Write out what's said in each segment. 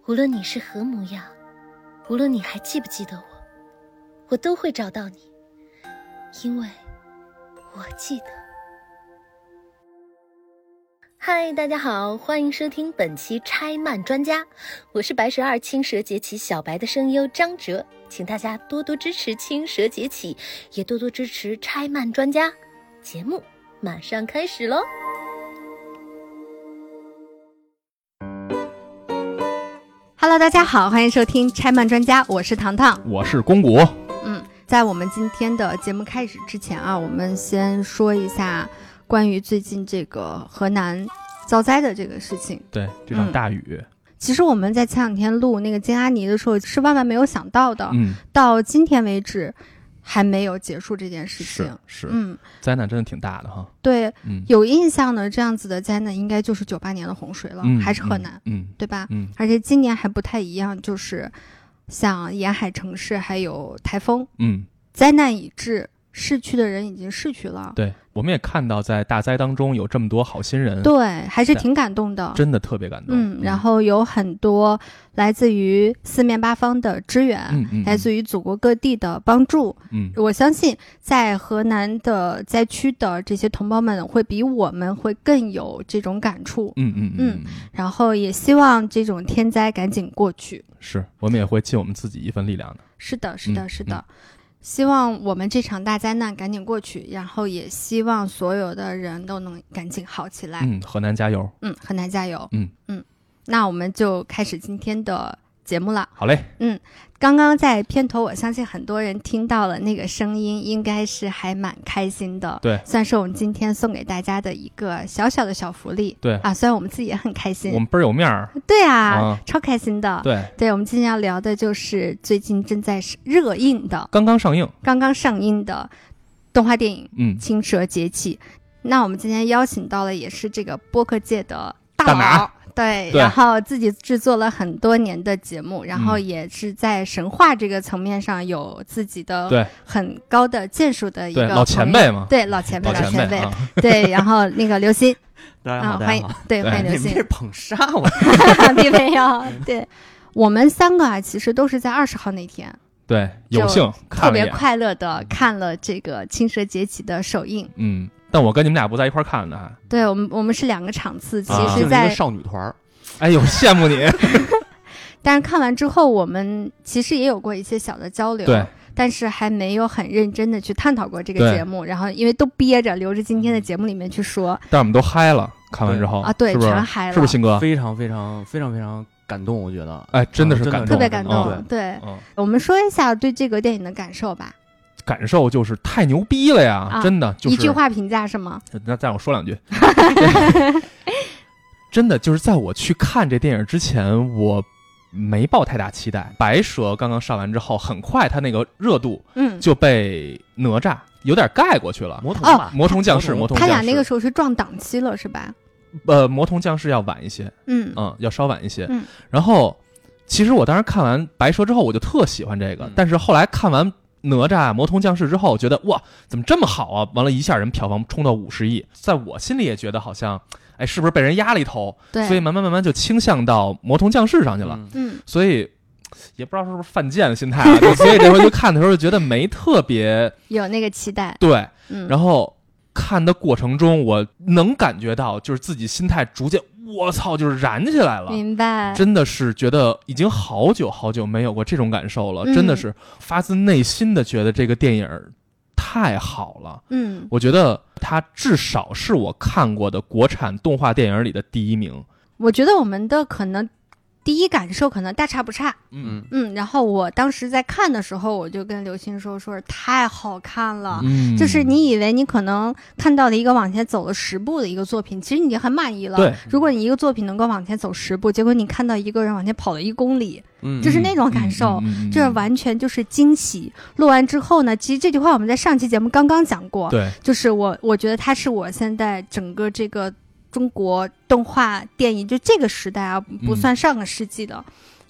无论你是何模样，无论你还记不记得我都会找到你，因为我记得。嗨，大家好，欢迎收听本期拆漫专家，我是白蛇二青蛇节气小白的声优张哲，请大家多多支持青蛇节气，也多多支持拆漫专家。节目马上开始咯。 Hello， 大家好，欢迎收听拆漫专家，我是糖糖， 我是公谷。 在我们今天的节目开始之前啊，我们先说一下关于最近这个河南遭灾的这个事情。 对，这场大雨。 其实我们在前两天录那个金阿尼的时候是万万没有想到的，到今天为止还没有结束这件事情。 是，灾难真的挺大的哈。 对，有印象的这样子的灾难应该就是98年的洪水了，还是河南，对吧？而且今年还不太一样，就是像沿海城市还有台风，灾难已至，逝去的人已经逝去了。 对，我们也看到在大灾当中有这么多好心人， 对，还是挺感动的， 真的特别感动。 然后有很多来自于四面八方的支援，来自于祖国各地的帮助。我相信在河南的灾区的这些同胞们会比我们会更有这种感触。然后也希望这种天灾赶紧过去。 是，我们也会尽我们自己一份力量的。 是的，是的。希望我们这场大灾难赶紧过去，然后也希望所有的人都能赶紧好起来。 河南加油。 河南加油。那我们就开始今天的节目了。 好嘞。 刚刚在片头，我相信很多人听到了那个声音，应该是还蛮开心的。 对， 算是我们今天送给大家的一个小小的小福利。 对啊，虽然我们自己也很开心， 我们倍儿有面儿。 对啊，超开心的。 对， 我们今天要聊的就是最近正在热映的、刚刚上映的动画电影《青蛇节气》。那我们今天邀请到了也是这个播客界的大佬。对，然后自己制作了很多年的节目，然后也是在神话这个层面上有自己的很高的建树的一个老前辈嘛。 对，老前辈。对，然后那个刘鑫， 大家好， 欢迎刘鑫。 你这捧杀我， 并没有。对，我们三个啊，其实都是在20号那天， 对，有幸特别快乐的看了这个《青蛇节气》的首映。 但我跟你们俩不在一块看的。 对，我们是2个场次，其实在少女团。 哎呦，羡慕你。 但是看完之后，我们其实也有过一些小的交流， 对， 但是还没有很认真的去探讨过这个节目，然后因为都憋着留着今天的节目里面去说。 但我们都嗨了，看完之后啊，对， 是不是全嗨了， 是不是鑫哥？ 非常非常非常非常感动，我觉得， 哎，真的是感动， 特别感动。对，我们说一下对这个电影的感受吧。 感受就是太牛逼了呀，真的就是一句话评价是吗？ 那再让我说2句。真的就是在我去看这电影之前，我没抱太大期待。白蛇刚刚上完之后，很快它那个热度就被哪吒有点盖过去了。魔童降世， 他俩那个时候是撞档期了是吧？ 魔童降世要晚一些，要稍晚一些。然后其实我当时看完白蛇之后，我就特喜欢这个，但是后来看完哪吒魔童降世之后，觉得哇，怎么这么好啊？完了，一下人票房冲到50亿，在我心里也觉得好像，哎，是不是被人压了一头？ 对， 所以慢慢就倾向到魔童降世上去了。所以也不知道是不是犯贱的心态啊，所以这回去看的时候就觉得没特别有那个期待。 对，然后看的过程中，我能感觉到就是自己心态逐渐。我操，就是燃起来了， 明白？ 真的是觉得已经好久没有过这种感受了，真的是发自内心的觉得这个电影太好了。我觉得它至少是我看过的国产动画电影里的第1名。 我觉得我们的可能第一感受可能大差不差。然后我当时在看的时候，我就跟刘鑫说太好看了。就是你以为你可能看到了一个往前走了10步的一个作品，其实你已经很满意了。 对， 如果你一个作品能够往前走10步，结果你看到一个人往前跑了1公里，就是那种感受，就是完全就是惊喜。录完之后呢，其实这句话我们在上期节目刚刚讲过。 对， 就是我觉得它是我现在整个这个中国动画电影就这个时代啊，不算上个世纪的，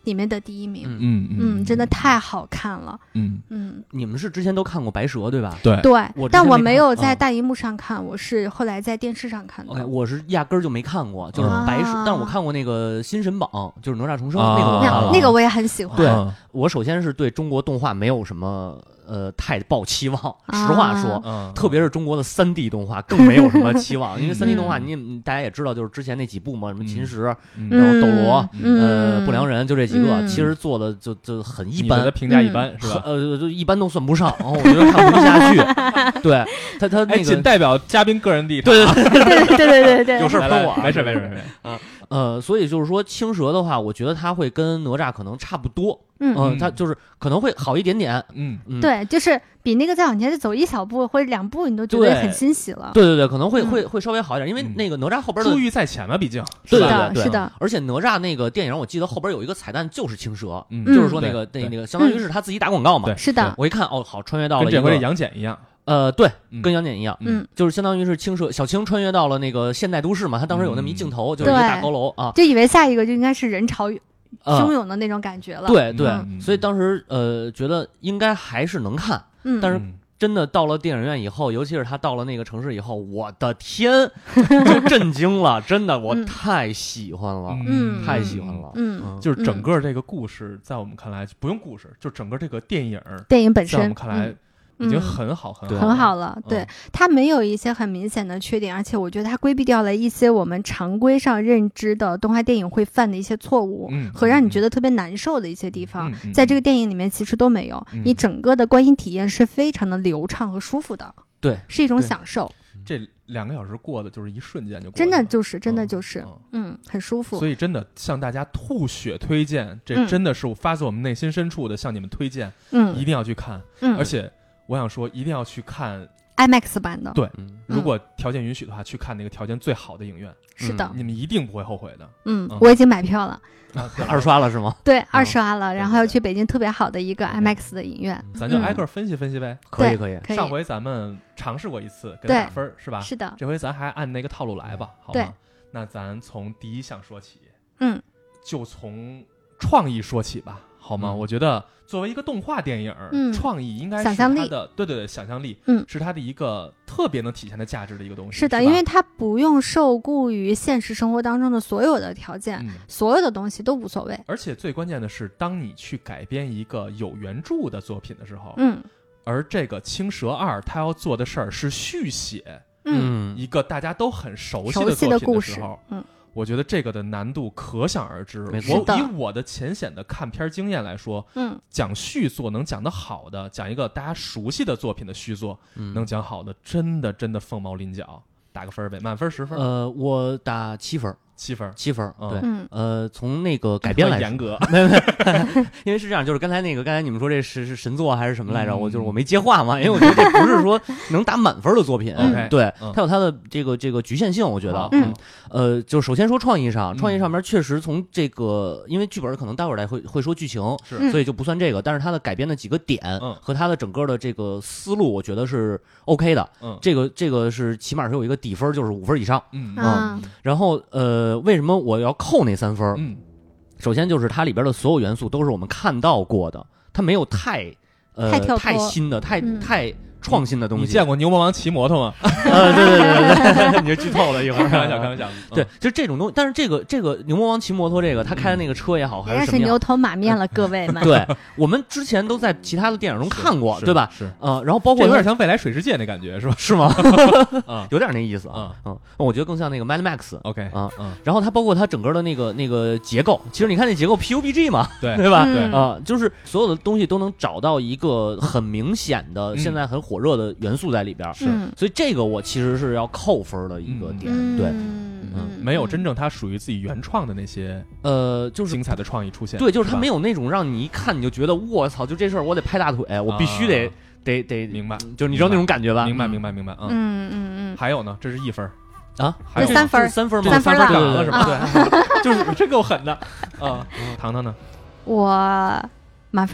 里面的第一名。真的太好看了。 你们是之前都看过白蛇对吧？ 对， 但我没有在大荧幕上看，我是后来在电视上看的。 我是压根儿就没看过，就是白蛇，但是我看过那个新神榜，就是哪吒重生那个我看了， 那个我也很喜欢。 对，我首先是对中国动画没有什么太抱期望，实话说，特别是中国的3D 动画更没有什么期望，因为3D 动画大家也知道，就是之前那几部嘛，什么秦时，然后斗罗，不良人，就这几个，其实做的就很一般， 评价一般是吧？ 就一般都算不上，然后我觉得看不下去。对他那个仅代表嘉宾个人立场， 对， 有事喷我， 没事啊。所以就是说青蛇的话，我觉得它会跟哪吒可能差不多。它就是可能会好一点点。 对，就是比那个再往前走一小步或者2步，你都觉得很欣喜了。 对，可能会稍微好一点，因为那个哪吒后边的珠玉在前嘛，毕竟是的。而且哪吒那个电影，我记得后边有一个彩蛋，就是青蛇，就是说那个相当于是他自己打广告嘛。 是的， 我一看好，穿越到了跟这回杨戬一样。 对，跟杨戬一样，就是相当于是小青穿越到了那个现代都市嘛，他当时有那么一镜头，就是一个大高楼啊， 就以为下一个就应该是人潮汹涌的那种感觉了。 对，所以当时觉得应该还是能看，但是真的到了电影院以后，尤其是他到了那个城市以后，我的天，就震惊了，真的，我太喜欢了，太喜欢了， 就是整个这个故事，在我们看来不用故事，就整个这个电影本身， 在我们看来。已经很好了，对，它没有一些很明显的缺点，而且我觉得它规避掉了一些我们常规上认知的动画电影会犯的一些错误，和让你觉得特别难受的一些地方，在这个电影里面其实都没有，你整个的观影体验是非常的流畅和舒服的， 对， 是一种享受。 这2个小时过的就是一瞬间就过， 真的就是，很舒服。 所以真的向大家吐血推荐，这真的是发自我们内心深处的向你们推荐，一定要去看，而且。我想说，一定要去看 IMAX 版的。 对，如果条件允许的话，去看那个条件最好的影院。 是的， 你们一定不会后悔的。 我已经买票了。 2刷了是吗？ 对，2刷了，然后要去北京特别好的一个 IMAX 的影院。 咱就挨个分析分析呗。 可以。 上回咱们尝试过一次，给打分是吧？ 是的。 这回咱还按那个套路来吧，好吗？那咱从第一项说起。就从创意说起吧。好吗？我觉得作为一个动画电影，创意应该是它的，对，想象力，是它的一个特别能体现的价值的一个东西。 是的，因为它不用受雇于现实生活当中的所有的条件，所有的东西都无所谓。 而且最关键的是，当你去改编一个有原著的作品的时候，而这个《青蛇2》它要做的事儿是续写，一个大家都很熟悉的作品的时候，我觉得这个的难度可想而知。以我的浅显的看片经验来说，讲续作能讲得好的，讲一个大家熟悉的作品的续作，能讲好的，真的凤毛麟角。打个分呗，满分10分。 我打7分。 7分， 对，从那个改编来严格， 没，因为是这样，就是刚才你们说这是神作还是什么来着？我没接话嘛，因为我觉得这不是说能打满分的作品，对，它有它的这个局限性，我觉得，就首先说创意上面确实从这个，因为剧本可能待会儿会说剧情，所以就不算这个，但是它的改编的几个点和它的整个的这个思路，我觉得是 OK 的，这个是起码是有一个底分，就是5分以上，然后为什么我要扣那3分？首先就是它里边的所有元素都是我们看到过的，它没有太新的、太创新的东西。 你见过牛魔王骑摩托吗？ 对，你就剧透了一会儿。 开玩笑。 对，就这种东西。但是这个牛魔王骑摩托，他开的那个车也好，还是什么样， 是牛头马面了，各位们。 对，我们之前都在其他的电影中看过，对吧？ 是。 然后包括有点像未来水世界那感觉，是吧？ 是吗？有点那意思啊。我觉得更像那个 Mad Max。OK。然后它包括它整个的那个结构，其实你看那结构 PUBG 嘛，对吧？ 对。 就是所有的东西都能找到一个很明显的，现在很火热的元素在里边，所以这个我其实是要扣分的一个点，对， 没有真正它属于自己原创的那些就是精彩的创意出现， 对，就是它没有那种让你一看你就觉得我操，就这事儿我得拍大腿，我必须得明白， 就是你知道那种感觉吧？ 明白，还有呢，这是1分啊， 还有 3分 ，3分吗 ？3分了是吧？对，就是这够狠的啊！糖糖呢？ 我满分，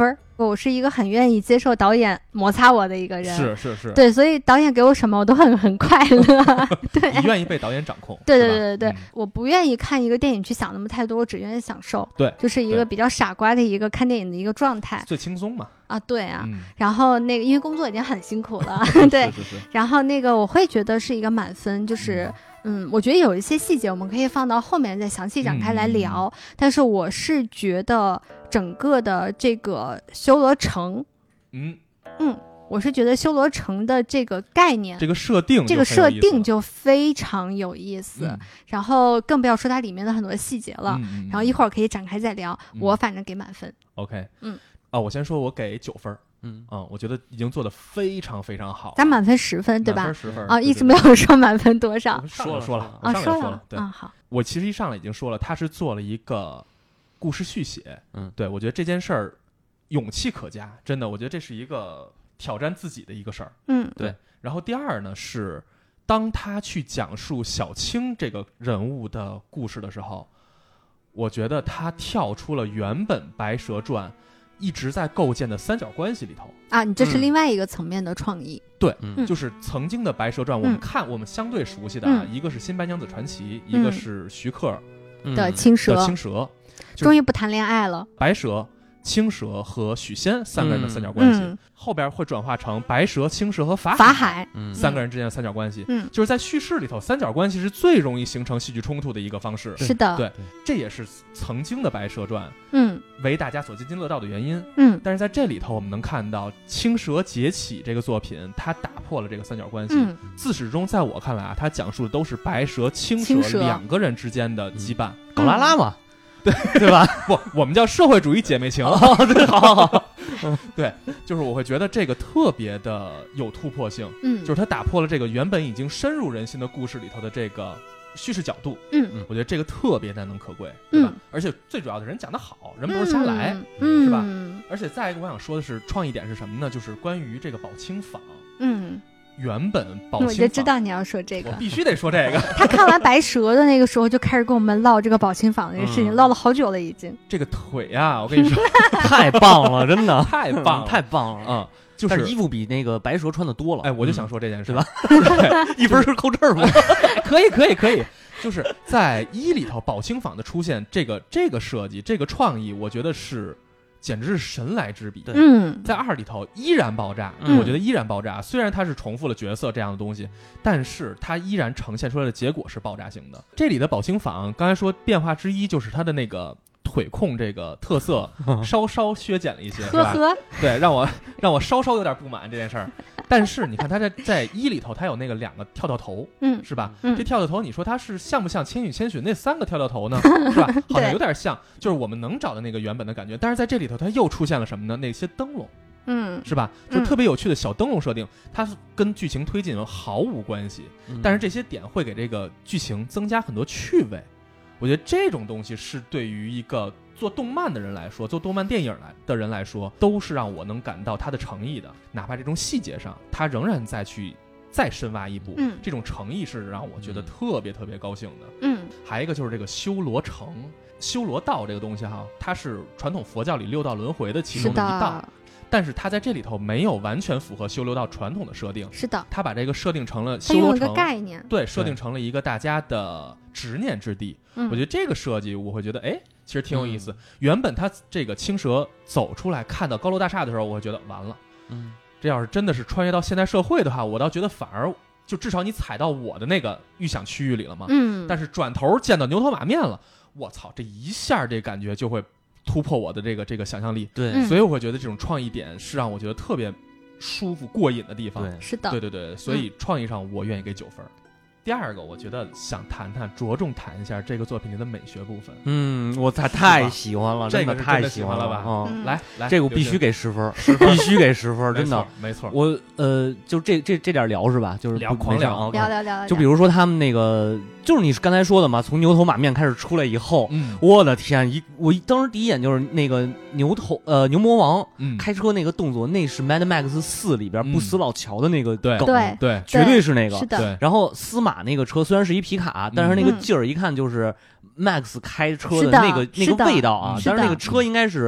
我是一个很愿意接受导演摩擦我的一个人， 是， 对，所以导演给我什么我都很快乐。对， 你愿意被导演掌控。 对，我不愿意看一个电影去想那么太多，我只愿意享受。 对， 就是一个比较傻瓜的一个看电影的一个状态， 最轻松嘛。 啊，对啊，然后那个因为工作已经很辛苦了，对，然后那个我会觉得是一个满分，就是我觉得有一些细节我们可以放到后面再详细展开来聊，但是我是觉得整个的这个修罗城，我是觉得修罗城的这个概念， 这个设定就非常有意思，然后更不要说它里面的很多细节了，然后一会儿可以展开再聊，我反正给满分。 OK，我先说我给9分。我觉得已经做得非常非常好。 咱满分10分，对吧？ 满分10分啊，一直没有说满分多少。 说了， 说了。对， 好。 我其实一上来已经说了，他是做了一个故事续写。对，我觉得这件事儿勇气可嘉，真的，我觉得这是一个挑战自己的一个事儿。对。然后第二呢是，当他去讲述小青这个人物的故事的时候，我觉得他跳出了原本《白蛇传》一直在构建的三角关系里头啊，你这是另外一个层面的创意。 对，就是曾经的《白蛇传》，我们相对熟悉的一个是《新白娘子传奇》，一个是徐克的青蛇， 终于不谈恋爱了。 白蛇、青蛇和许仙3个人的三角关系，后边会转化成白蛇、青蛇和法海3个人之间的三角关系。就是在叙事里头，三角关系是最容易形成戏剧冲突的一个方式。 是的， 对，这也是曾经的《白蛇传》为大家所津津乐道的原因。但是在这里头，我们能看到《青蛇劫起》这个作品，它打破了这个三角关系。自始至终，在我看来啊，它讲述的都是白蛇、青蛇2个人之间的羁绊， 搞拉拉嘛。 对吧？不，我们叫社会主义姐妹情。 对，好。 对，就是我会觉得这个特别的有突破性。就是它打破了这个原本已经深入人心的故事里头的这个叙事角度。我觉得这个特别难能可贵，对吧？而且最主要的人讲得好，人不是瞎来，是吧？而且再一个我想说的是，创意点是什么呢？就是关于这个宝清坊。原本宝清坊， 我就知道你要说这个， 我必须得说这个。 他看完白蛇的那个时候就开始跟我们唠这个宝清坊的这个事情，唠了好久了已经。 这个腿啊，我跟你说， 太棒了，真的太棒了， 太棒了。就是衣服比那个白蛇穿的多了。 哎，我就想说这件事， 对吧？1分是扣这儿吗？ 可以。就是在1里头，宝清坊的出现，这个设计，这个创意，我觉得是。简直是神来之笔。在2里头依然爆炸，我觉得依然爆炸。虽然它是重复了角色这样的东西，但是它依然呈现出来的结果是爆炸性的。这里的宝清坊，刚才说变化之一就是它的那个腿控这个特色稍稍削减了一些，是吧？对，让我稍稍有点不满这件事儿。但是你看它在1里头，它有那个2个跳头，是吧？这跳头，你说它是像不像《千与千寻》那3个跳头呢？是吧？好像有点像，就是我们能找的那个原本的感觉。但是在这里头，它又出现了什么呢？那些灯笼，是吧？就特别有趣的小灯笼设定，它跟剧情推进毫无关系，但是这些点会给这个剧情增加很多趣味。我觉得这种东西是对于一个做动漫的人来说，做动漫电影的人来说，都是让我能感到他的诚意的。哪怕这种细节上，他仍然再深挖一步，这种诚意是让我觉得特别特别高兴的。还有一个就是这个修罗城、修罗道这个东西哈，它是传统佛教里6道轮回的其中的一道。但是它在这里头没有完全符合修罗道传统的设定， 是的， 它把这个设定成了修罗城一个概念， 对，设定成了一个大家的执念之地。我觉得这个设计，我会觉得，其实挺有意思。原本它这个青蛇走出来看到高楼大厦的时候，我会觉得完了，这要是真的是穿越到现代社会的话，我倒觉得反而就至少你踩到我的那个预想区域里了嘛。但是转头见到牛头马面了，我操，这一下这感觉就会突破我的这个想象力。 对， 所以我会觉得这种创意点是让我觉得特别舒服过瘾的地方。 对，是的， 对，所以创意上我愿意给9分。第二个，我觉得想着重谈一下这个作品里的美学部分。 我太喜欢了， 这个太喜欢了吧？来， 这个我必须给10分，必须给10分，真的没错。 我就这点聊是吧？就是狂聊， 聊。 就比如说他们那个，就是你刚才说的嘛，从牛头马面开始出来以后，我的天，我当时第一眼就是那个牛魔王开车那个动作，那是 Mad Max 4里边不死老乔的那个梗， 对， 绝对是那个。 是的。 然后司马那个车虽然是一皮卡，但是那个劲儿一看就是 Max 开车的那个味道啊。但是那个车应该是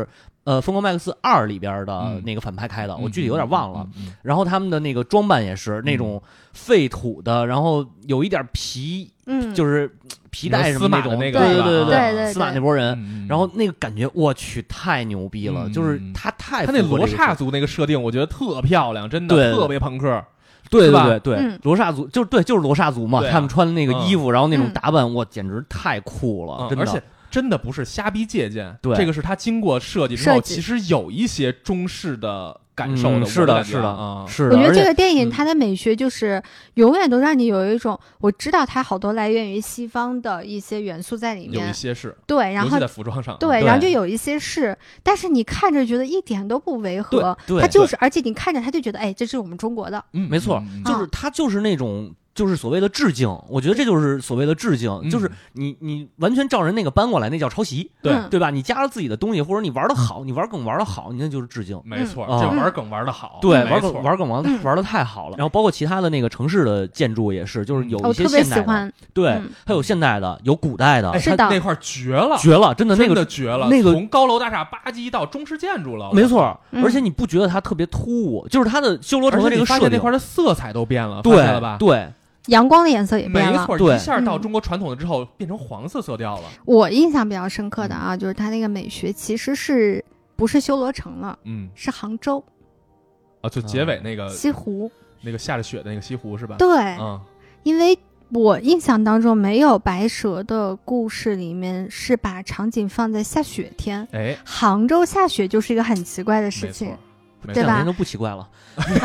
疯狂 Max 2里边的那个反派开的，我具体有点忘了。然后他们的那个装扮也是那种废土的，然后有一点皮，就是皮带什么那种， 那个， 对， 司马那波人，然后那个感觉，我去，太牛逼了，就是他那罗刹族那个设定，我觉得特漂亮，真的特别朋克。 对，罗刹族就是罗刹族嘛，他们穿的那个衣服，然后那种打扮，我简直太酷了，真的。 而且真的不是瞎逼借鉴， 对， 这个是他经过设计之后，其实有一些中式的感受的。 是的。 我觉得这个电影它的美学就是永远都让你有一种，我知道它好多来源于西方的一些元素在里面， 有一些是对，然后在服装上， 对，然后就有一些是，但是你看着觉得一点都不违和，它就是，而且你看着它就觉得，哎，这是我们中国的， 没错，就是它就是那种。就是所谓的致敬，我觉得这就是所谓的致敬，就是你完全照人那个搬过来，那叫抄袭，对吧？你加了自己的东西，或者你玩的好，你玩梗玩的好，你那就是致敬， 没错，这玩梗玩的好， 对，玩梗玩的太好了。然后包括其他的那个城市的建筑也是，就是有一些现代的，对，还有现代的，有古代的， 是的， 那块绝了， 真的那个绝了， 那个从高楼大厦吧唧到中式建筑了， 没错，而且你不觉得它特别突兀，就是它的修罗城的这个设计， 那块的色彩都变了， 对了吧？ 对。 阳光的颜色也变了， 没错，一下到中国传统的之后变成黄色色调了。 我印象比较深刻的啊，就是它那个美学其实是不是修罗城了？是杭州。 就结尾那个西湖， 那个下着雪的那个西湖是吧？ 对，因为我印象当中没有白蛇的故事里面是把场景放在下雪天，杭州下雪就是一个很奇怪的事情。对吧？ 都不奇怪了，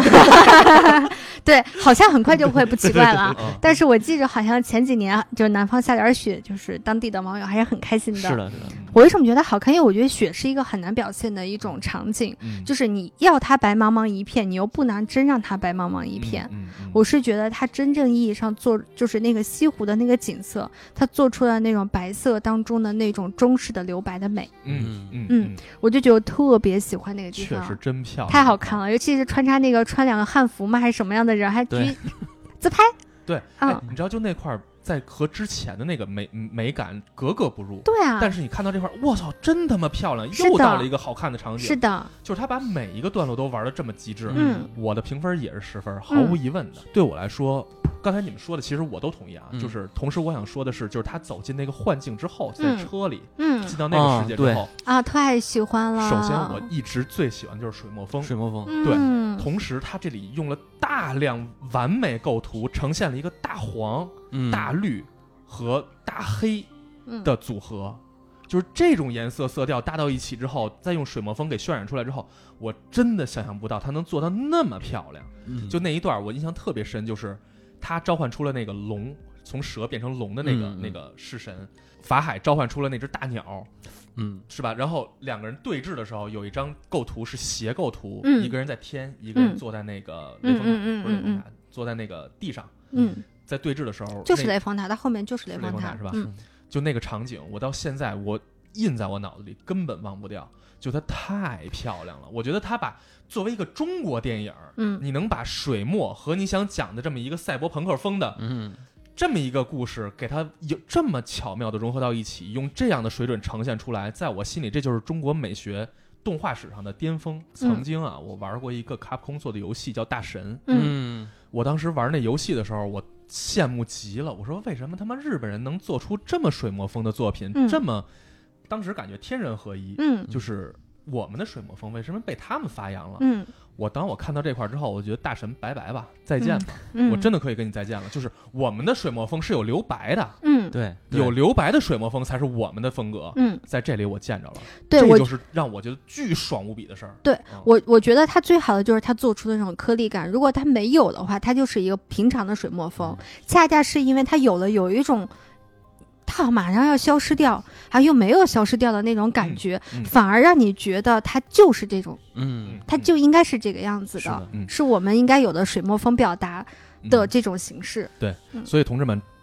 对，好像很快就会不奇怪了。但是我记着，好像前几年就南方下点雪，就是当地的网友还是很开心的。 是的。 我为什么觉得好看？因为我觉得雪是一个很难表现的一种场景，就是你要它白茫茫一片，你又不能真让它白茫茫一片。我是觉得它真正意义上就是那个西湖的那个景色，它做出了那种白色当中的那种中式的留白的美。我就觉得我特别喜欢那个地方， 确实真漂亮。 太好看了，尤其是穿两个汉服嘛，还是什么样的人，还举自拍。 对，你知道就那块在和之前的那个美感格格不入。 对啊， 但是你看到这块，我操，真他妈漂亮，又到了一个好看的场景。 是的， 就是他把每一个段落都玩得这么极致。我的评分也是10分，毫无疑问的。对我来说，刚才你们说的其实我都同意啊，就是同时我想说的是，就是他走进那个幻境之后，在车里，进到那个世界之后啊，太喜欢了。 首先我一直最喜欢的就是水墨风，对，同时他这里用了大量完美构图，呈现了一个大黄、大绿和大黑的组合。就是这种颜色色调搭到一起之后，再用水墨风给渲染出来之后，我真的想象不到它能做到那么漂亮。就那一段我印象特别深，就是他召唤出了那个龙，从蛇变成龙的那个式神，法海召唤出了那只大鸟，是吧？然后两个人对峙的时候，有一张构图是斜构图，一个人在天，一个人坐在那个雷峰塔，不是雷峰塔，坐在那个地上，在对峙的时候就是雷峰塔，它后面就是雷峰塔， 是吧？就那个场景，我到现在我印在我脑子里，根本忘不掉。就它太漂亮了，我觉得它把作为一个中国电影，你能把水墨和你想讲的这么一个赛博朋克风的，这么一个故事，给它有这么巧妙的融合到一起，用这样的水准呈现出来，在我心里，这就是中国美学动画史上的巅峰。曾经啊，我玩过一个卡普空做的游戏叫《大神》，我当时玩那游戏的时候，我羡慕极了。我说为什么他妈日本人能做出这么水墨风的作品，这么当时感觉天人合一，就是我们的水墨风为什么被他们发扬了？当我看到这块之后，我觉得大神拜拜吧，再见吧，我真的可以跟你再见了。就是我们的水墨风是有留白的， 对， 有留白的水墨风才是我们的风格。在这里我见着了， 对， 这就是让我觉得巨爽无比的事儿。 对，我觉得他最好的就是他做出的那种颗粒感，如果他没有的话，他就是一个平常的水墨风。恰恰是因为他有一种。它马上要消失掉，又没有消失掉的那种感觉，反而让你觉得它就是这种，它就应该是这个样子的，是我们应该有的水墨风表达的这种形式。 对，所以同志们，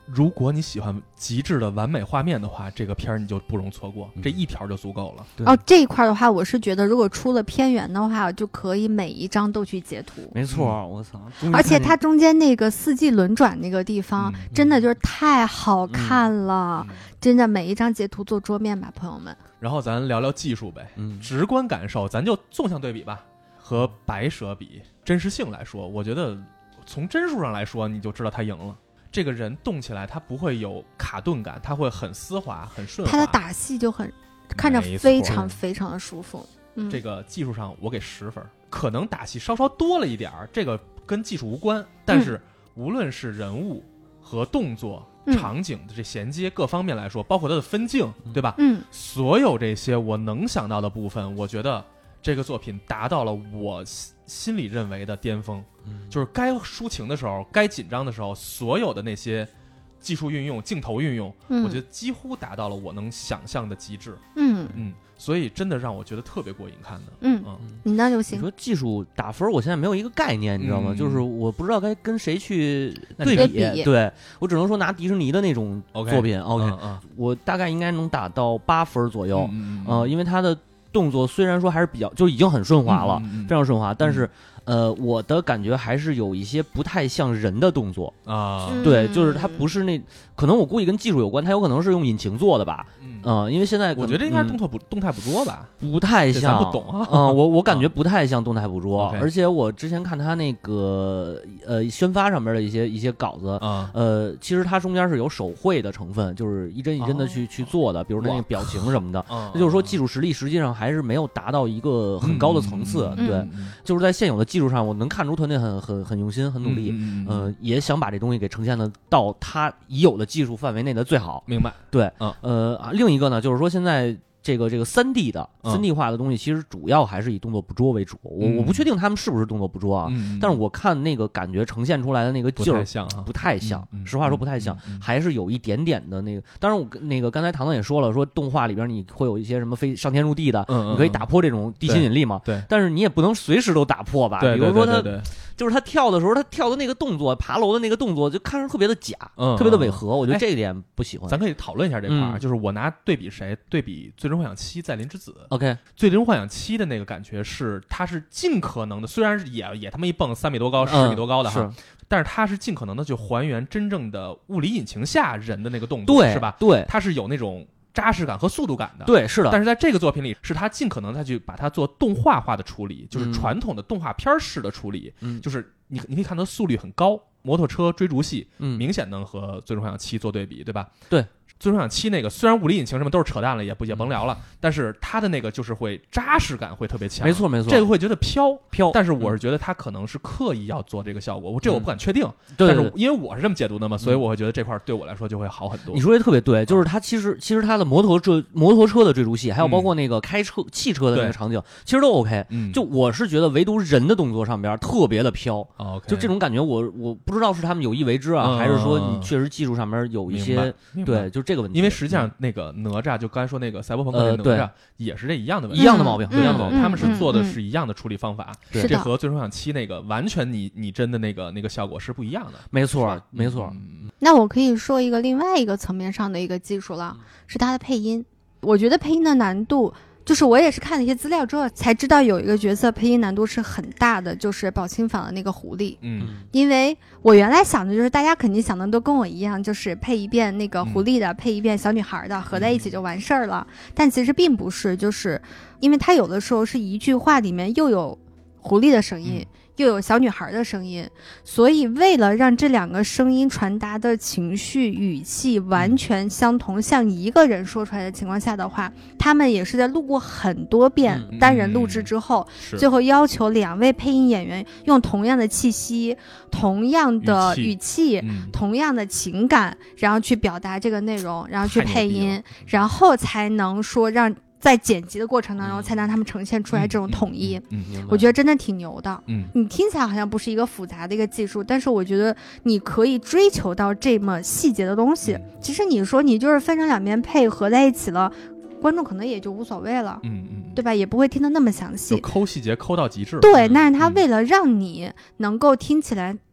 如果你喜欢极致的完美画面的话，这个片儿你就不容错过，这一条就足够了。 哦，这一块的话，我是觉得如果出了片源的话，就可以每一张都去截图。 没错，我操！ 而且它中间那个四季轮转那个地方，真的就是太好看了，真的每一张截图做桌面吧，朋友们。 然后咱聊聊技术呗，直观感受，咱就纵向对比吧，和白蛇比，真实性来说，我觉得从帧数上来说，你就知道他赢了。这个人动起来，他不会有卡顿感，他会很丝滑、很顺滑。 他的打戏就很看着非常非常的舒服。 这个技术上我给10分，可能打戏稍稍多了一点儿，这个跟技术无关。但是无论是人物和动作、场景的这衔接各方面来说，包括它的分镜，对吧？所有这些我能想到的部分，我觉得这个作品达到了我心里认为的巅峰，就是该抒情的时候，该紧张的时候，所有的那些技术运用、镜头运用，我觉得几乎达到了我能想象的极致。所以真的让我觉得特别过瘾看的。 你那就行。 你说技术打分，我现在没有一个概念，你知道吗？就是我不知道该跟谁去对比。对，我只能说拿迪士尼的那种作品 ，OK，我大概应该能打到8分左右。因为它的动作虽然说还是比较就已经很顺滑了，非常顺滑，但是我的感觉还是有一些不太像人的动作啊。对，就是它不是那，可能我估计跟技术有关，它有可能是用引擎做的吧。因为现在我觉得应该是动态捕捉吧， 不太像， 不懂啊。 我感觉不太像动态捕捉，而且我之前看他那个宣发上面的一些稿子，其实它中间是有手绘的成分，就是一帧一帧的去做的，比如说那个表情什么的。那就是说技术实力实际上还是没有达到一个很高的层次。对，就是在现有的技术上，我能看出团队很用心，很努力，也想把这东西给呈现的到他已有的技术范围内的最好。 明白？ 对，另一个呢，就是说现在这个3D 的3D 化的东西，其实主要还是以动作捕捉为主。我不确定他们是不是动作捕捉啊，但是我看那个感觉呈现出来的那个劲儿不太像，实话说不太像，还是有一点点的那个。当然，我那个刚才唐唐也说了，说动画里边你会有一些什么飞上天入地的，你可以打破这种地心引力嘛。 对， 但是你也不能随时都打破吧？比如说他就是他跳的时候，他跳的那个动作，爬楼的那个动作，就看着特别的假，特别的违和。我觉得这一点不喜欢。 咱可以讨论一下这块儿，就是我拿对比谁？对比最终幻想7在林之子。 OK， 最终幻想7的那个感觉是，它是尽可能的，虽然也他妈一蹦3米多高、10米多高的哈，但是它是尽可能的去还原真正的物理引擎下人的那个动作，是吧？ 对， 它是有那种扎实感和速度感的。 对，是的。 但是在这个作品里，是他尽可能他去把它做动画化的处理，就是传统的动画片式的处理，就是你可以看到速率很高，摩托车追逐戏，明显能和最终幻想7做对比，对吧？ 对。 最终幻想7那个虽然物理引擎什么都是扯淡了，也甭聊了，但是它的那个就是会扎实感会特别强。 没错， 这个会觉得飘，但是我是觉得他可能是刻意要做这个效果，我不敢确定。但是因为我是这么解读的嘛，所以我会觉得这块对我来说就会好很多。 你说的特别对，就是他其实他的摩托车的追逐戏，还有包括那个开车汽车的那个场景，其实都 OK。就我是觉得唯独人的动作上边特别的飘，就这种感觉我不知道是他们有意为之啊，还是说你确实技术上面有一些对，就这个问题。 因为实际上那个哪吒，就刚才说那个赛博朋克的哪吒，也是这一样的问题， 一样的毛病， 他们是做的是一样的处理方法，这和最终幻想7那个完全拟真的那个效果是不一样的。 没错。 那我可以说一个另外一个层面上的一个技术了，是它的配音。我觉得配音的难度，就是我也是看了一些资料之后才知道，有一个角色配音难度是很大的，就是宝清坊的那个狐狸。因为我原来想的就是大家肯定想的都跟我一样，就是配一遍那个狐狸的，配一遍小女孩的，合在一起就完事儿了。但其实并不是，就是因为它有的时候是一句话里面又有狐狸的声音，又有小女孩的声音，所以为了让这两个声音传达的情绪语气完全相同，像一个人说出来的情况下的话，他们也是在录过很多遍单人录制之后，最后要求2位配音演员用同样的气息、同样的语气、同样的情感，然后去表达这个内容，然后去配音，然后才能说让在剪辑的过程当中才让他们呈现出来这种统一。我觉得真的挺牛的。你听起来好像不是一个复杂的一个技术，但是我觉得你可以追求到这么细节的东西。其实你说你就是分成2边配合在一起了，观众可能也就无所谓了，对吧？也不会听得那么详细， 就抠细节抠到极致。 对，但是他为了让你能够听起来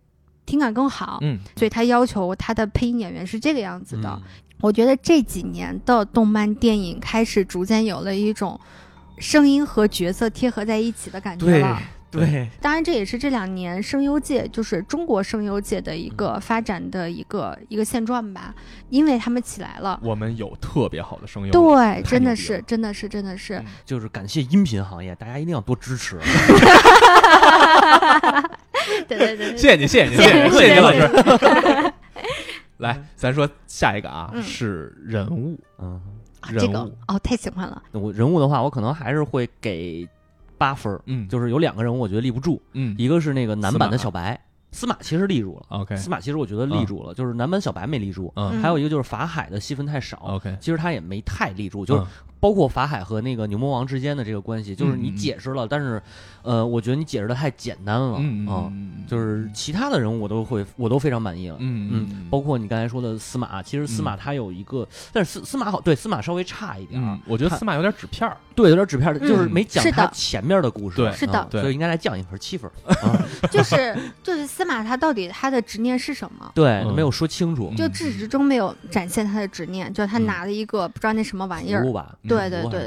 听感更好，所以他要求他的配音演员是这个样子的。我觉得这几年的动漫电影开始逐渐有了一种声音和角色贴合在一起的感觉了。 对， 当然这也是这2年声优界，就是中国声优界的一个发展的一个现状吧，因为他们起来了， 我们有特别好的声优， 对，真的是， 就是感谢音频行业，大家一定要多支持。 对， 谢谢你老师。来，咱说下一个啊，是人物， 这个太喜欢了。 我人物的话，我可能还是会给8分，就是有2个人物我觉得立不住，一个是那个男版的小白，司马其实立住了 ，OK， 司马其实我觉得立住了，就是男版小白没立住，还有一个就是法海的戏份太少 ，OK， 其实他也没太立住，就是包括法海和那个牛魔王之间的这个关系，就是你解释了，但是我觉得你解释的太简单了，就是其他的人物我都非常满意了，包括你刚才说的司马，其实司马他有一个，但是司马好，对，司马稍微差一点， 我觉得司马有点纸片， 对，有点纸片，就是没讲他前面的故事， 对， 是的， 所以应该来降1分，7分， 就是司马他到底他的执念是什么？ 对，没有说清楚， 就至始至终没有展现他的执念，就他拿了一个不知道那什么玩意儿，对，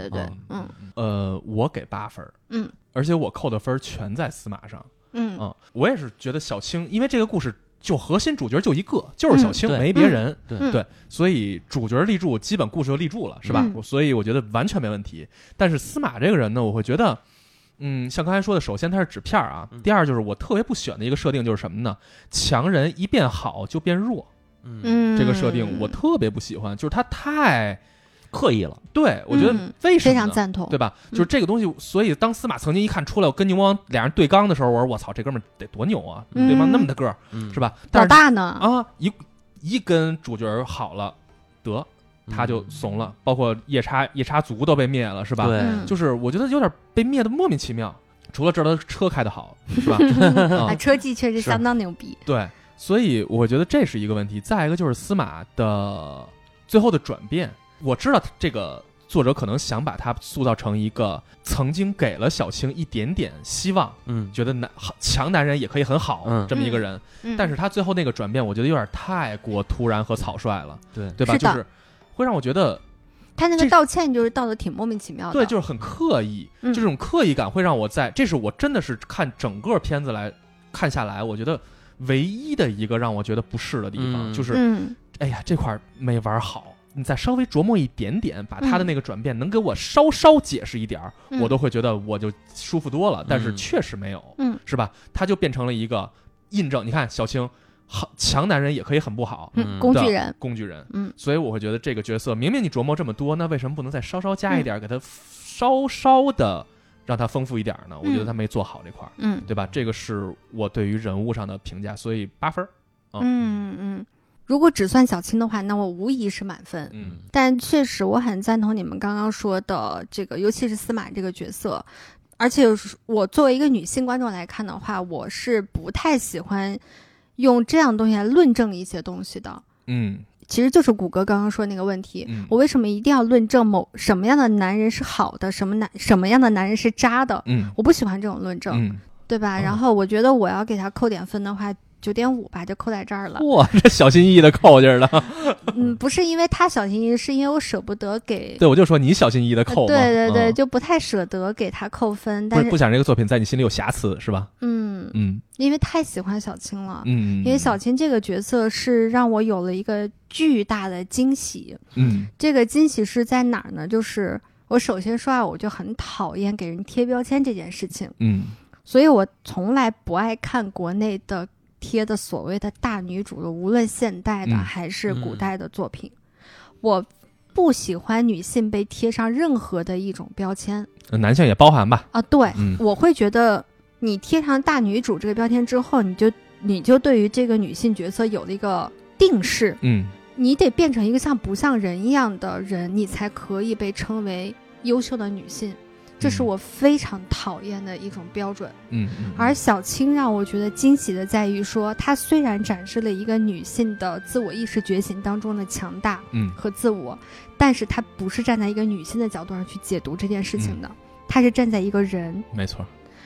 我给8分，而且我扣的分全在司马上，我也是觉得小青，因为这个故事就核心主角就一个，就是小青，没别人，对，所以主角立住，基本故事就立住了，是吧？所以我觉得完全没问题。但是司马这个人呢，我会觉得，像刚才说的，首先他是纸片啊，第二就是我特别不选的一个设定就是什么呢？强人一变好就变弱，这个设定我特别不喜欢，就是他太刻意了， 对，我觉得为什么呢？ 非常赞同， 对吧？就是这个东西，所以当司马曾经一看出来我跟牛魔王俩人对刚的时候，我说我操，这哥们儿得多牛啊，对吗？那么大个儿，是吧？ 老大呢啊，一跟主角好了，得他就怂了，包括夜叉族都被灭了，是吧？ 对， 就是我觉得有点被灭的莫名其妙。除了这儿的车开得好，是吧？ 车技确实相当牛逼。 对，所以我觉得这是一个问题。再一个就是司马的最后的转变。我知道这个作者可能想把他塑造成一个曾经给了小青一点点希望，觉得强男人也可以很好，这么一个人，但是他最后那个转变，我觉得有点太过突然和草率了，对吧？就是会让我觉得他那个道歉就是道的挺莫名其妙的， 对，就是很刻意，就这种刻意感会让我这是我真的是看整个片子来看下来，我觉得唯一的一个让我觉得不适的地方，就是哎呀，这块没玩好。你再稍微琢磨一点点，把他的那个转变能给我稍稍解释一点，我都会觉得我就舒服多了。但是确实没有，是吧？他就变成了一个印证。你看小青，强男人也可以很不好， 工具人， 所以我会觉得这个角色，明明你琢磨这么多，那为什么不能再稍稍加一点，给他稍稍的让他丰富一点呢？我觉得他没做好这块，对吧？这个是我对于人物上的评价，所以8分。 如果只算小青的话，那我无疑是满分。但确实我很赞同你们刚刚说的这个，尤其是司马这个角色。而且我作为一个女性观众来看的话，我是不太喜欢用这样东西来论证一些东西的。其实就是谷歌刚刚说那个问题，我为什么一定要论证什么样的男人是好的，什么样的男人是渣的？我不喜欢这种论证，对吧？然后我觉得我要给他扣点分的话，9.5吧，就扣在这儿了。 哇，这小心翼翼的扣劲儿了。 不是因为他小心翼翼，是因为我舍不得给。 对，我就说你小心翼翼的扣嘛。 对，就不太舍得给他扣分。但是不想这个作品在你心里有瑕疵，是吧？ 因为太喜欢小青了。因为小青这个角色是让我有了一个巨大的惊喜。这个惊喜是在哪儿呢？就是我首先说我就很讨厌给人贴标签这件事情。所以我从来不爱看国内的贴的所谓的大女主的，无论现代的还是古代的作品，我不喜欢女性被贴上任何的一种标签， 男性也包含吧？ 对，我会觉得你贴上大女主这个标签之后，你就对于这个女性角色有了一个定式，你得变成一个像不像人一样的人，你才可以被称为优秀的女性。这是我非常讨厌的一种标准。而小青让我觉得惊喜的在于说，她虽然展示了一个女性的自我意识觉醒当中的强大和自我，但是她不是站在一个女性的角度上去解读这件事情的，她是站在一个人， 没错，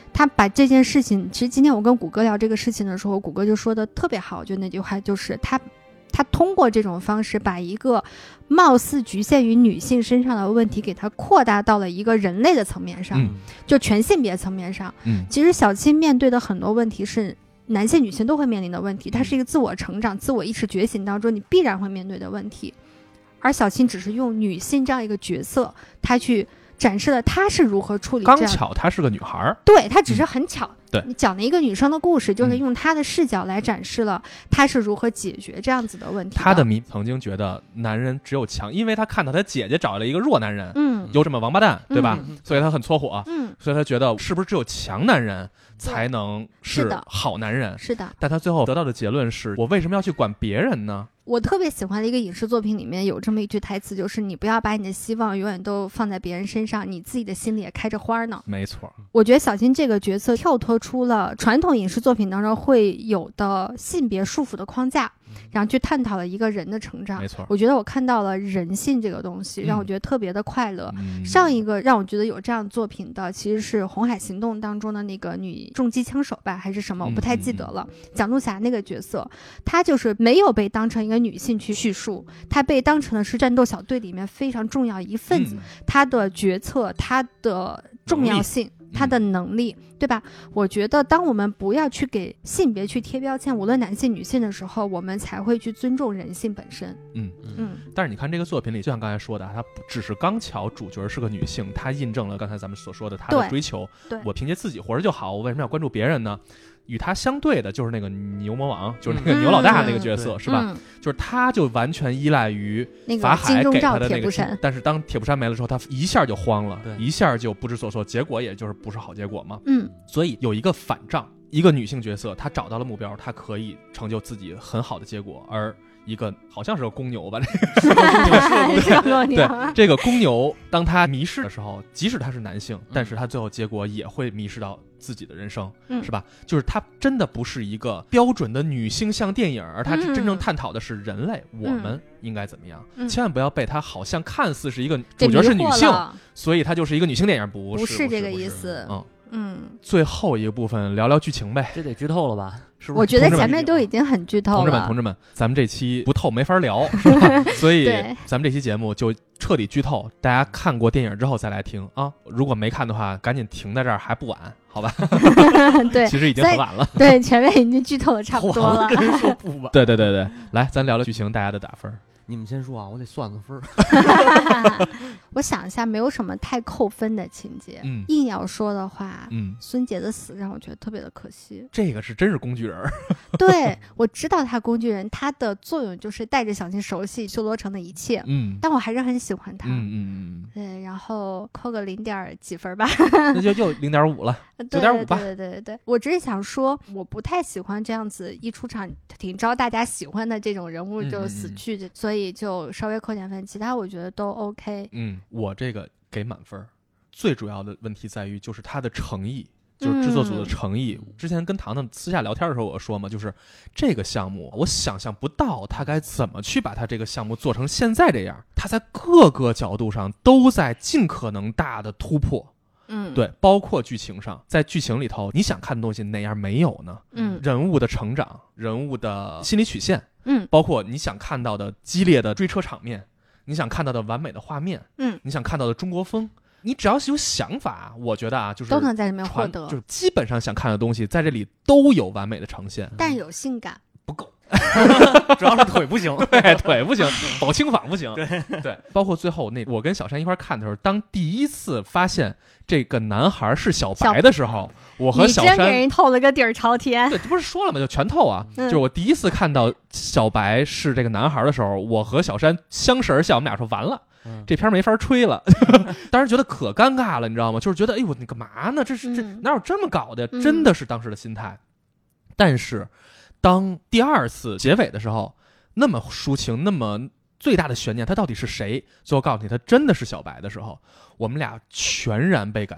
他把这件事情，其实今天我跟谷歌聊这个事情的时候，谷歌就说的特别好，就那句话就是他通过这种方式把一个貌似局限于女性身上的问题给它扩大到了一个人类的层面上，就全性别层面上。其实小青面对的很多问题是男性女性都会面临的问题，它是一个自我成长自我意识觉醒当中你必然会面对的问题，而小青只是用女性这样一个角色，她去展示了她是如何处理这样。 刚巧她是个女孩， 对，她只是很巧， 对， 你讲了一个女生的故事，就是用她的视角来展示了她是如何解决这样子的问题的。 她的迷曾经觉得男人只有强，因为她看到她姐姐找了一个弱男人，有这么王八蛋，对吧？所以她很搓火，所以她觉得是不是只有强男人才能是好男人？ 是的。 但她最后得到的结论是，我为什么要去管别人呢？ 我特别喜欢的一个影视作品里面有这么一句台词，就是你不要把你的希望永远都放在别人身上，你自己的心里也开着花呢。 没错， 我觉得小青这个角色跳脱出了传统影视作品当中会有的性别束缚的框架，然后去探讨了一个人的成长。 没错， 我觉得我看到了人性这个东西，让我觉得特别的快乐。上一个让我觉得有这样作品的其实是《红海行动》当中的那个女重机枪手吧，还是什么，我不太记得了。蒋璐霞那个角色，她就是没有被当成一个女性去叙述，她被当成的是战斗小队里面非常重要一份子，她的决策，她的重要性，他的能力，对吧？我觉得当我们不要去给性别去贴标签，无论男性女性的时候，我们才会去尊重人性本身。 但是你看这个作品里，就像刚才说的，她只是刚巧主角是个女性，她印证了刚才咱们所说的她的追求。我凭借自己活着就好，我为什么要关注别人呢？与他相对的就是那个牛魔王，就是那个牛老大那个角色，是吧？就是他就完全依赖于法海给他的那个但是当铁布衫没了之后，他一下就慌了，一下就不知所措，结果也就是不是好结果嘛。所以有一个反账，一个女性角色，她找到了目标，她可以成就自己很好的结果，而一个好像是个公牛吧，对，这个公牛当他迷失的时候，即使他是男性，但是他最后结果也会迷失到自己的人生，是吧？就是他真的不是一个标准的女性向电影，而他真正探讨的是人类，我们应该怎么样？千万不要被他好像看似是一个主角是女性，所以他就是一个女性电影，不是这个意思。 最后一个部分聊聊剧情呗， 这得剧透了吧？是不是？ 我觉得前面都已经很剧透了。 同志们，咱们这期不透没法聊，是吧？所以咱们这期节目就彻底剧透，大家看过电影之后再来听啊！如果没看的话，赶紧停在这儿还不晚，好吧？ 对， 其实已经很晚了。 对，前面已经剧透的差不多了。 跟人说不晚。 对，来，咱聊聊剧情，大家的打分。 你们先说啊，我得算个分。 我想一下，没有什么太扣分的情节。硬要说的话，孙杰的死让我觉得特别的可惜。 这个是真是工具人。 对，我知道他工具人，他的作用就是带着小青熟悉修罗城的一切。但我还是很喜欢他。对，然后扣个0点几分吧。 那就0.5了，9.5吧。 对，我只是想说，我不太喜欢这样子一出场挺招大家喜欢的这种人物就死去，所以就稍微扣点分，其他我觉得都 OK。 我这个给满分，最主要的问题在于就是他的诚意，就是制作组的诚意。之前跟糖糖私下聊天的时候我说嘛，就是这个项目我想象不到他该怎么去把他这个项目做成现在这样，他在各个角度上都在尽可能大的突破。对，包括剧情上，在剧情里头你想看的东西哪样没有呢？人物的成长，人物的心理曲线，包括你想看到的激烈的追车场面，你想看到的完美的画面，你想看到的中国风，你只要是有想法，我觉得啊，就是都能在里面获得， 就是基本上想看的东西在这里都有完美的呈现， 但有性感不够。 主要是腿不行， 对，腿不行，保清坊不行，对，包括最后那我跟小山一块看的时候，当第一次发现这个男孩是小白的时候，我和小山你真给人透了个底儿朝天。 对，这不是说了吗？就全透啊！就是我第一次看到小白是这个男孩的时候，我和小山相视而笑，我们俩说完了。这片没法吹了，当时觉得可尴尬了，你知道吗？就是觉得，哎呦，你干嘛呢？这哪有这么搞的？真的是当时的心态。但是当第二次结尾的时候，那么抒情，那么最大的悬念，他到底是谁？最后告诉你他真的是小白的时候，我们俩全然被感动。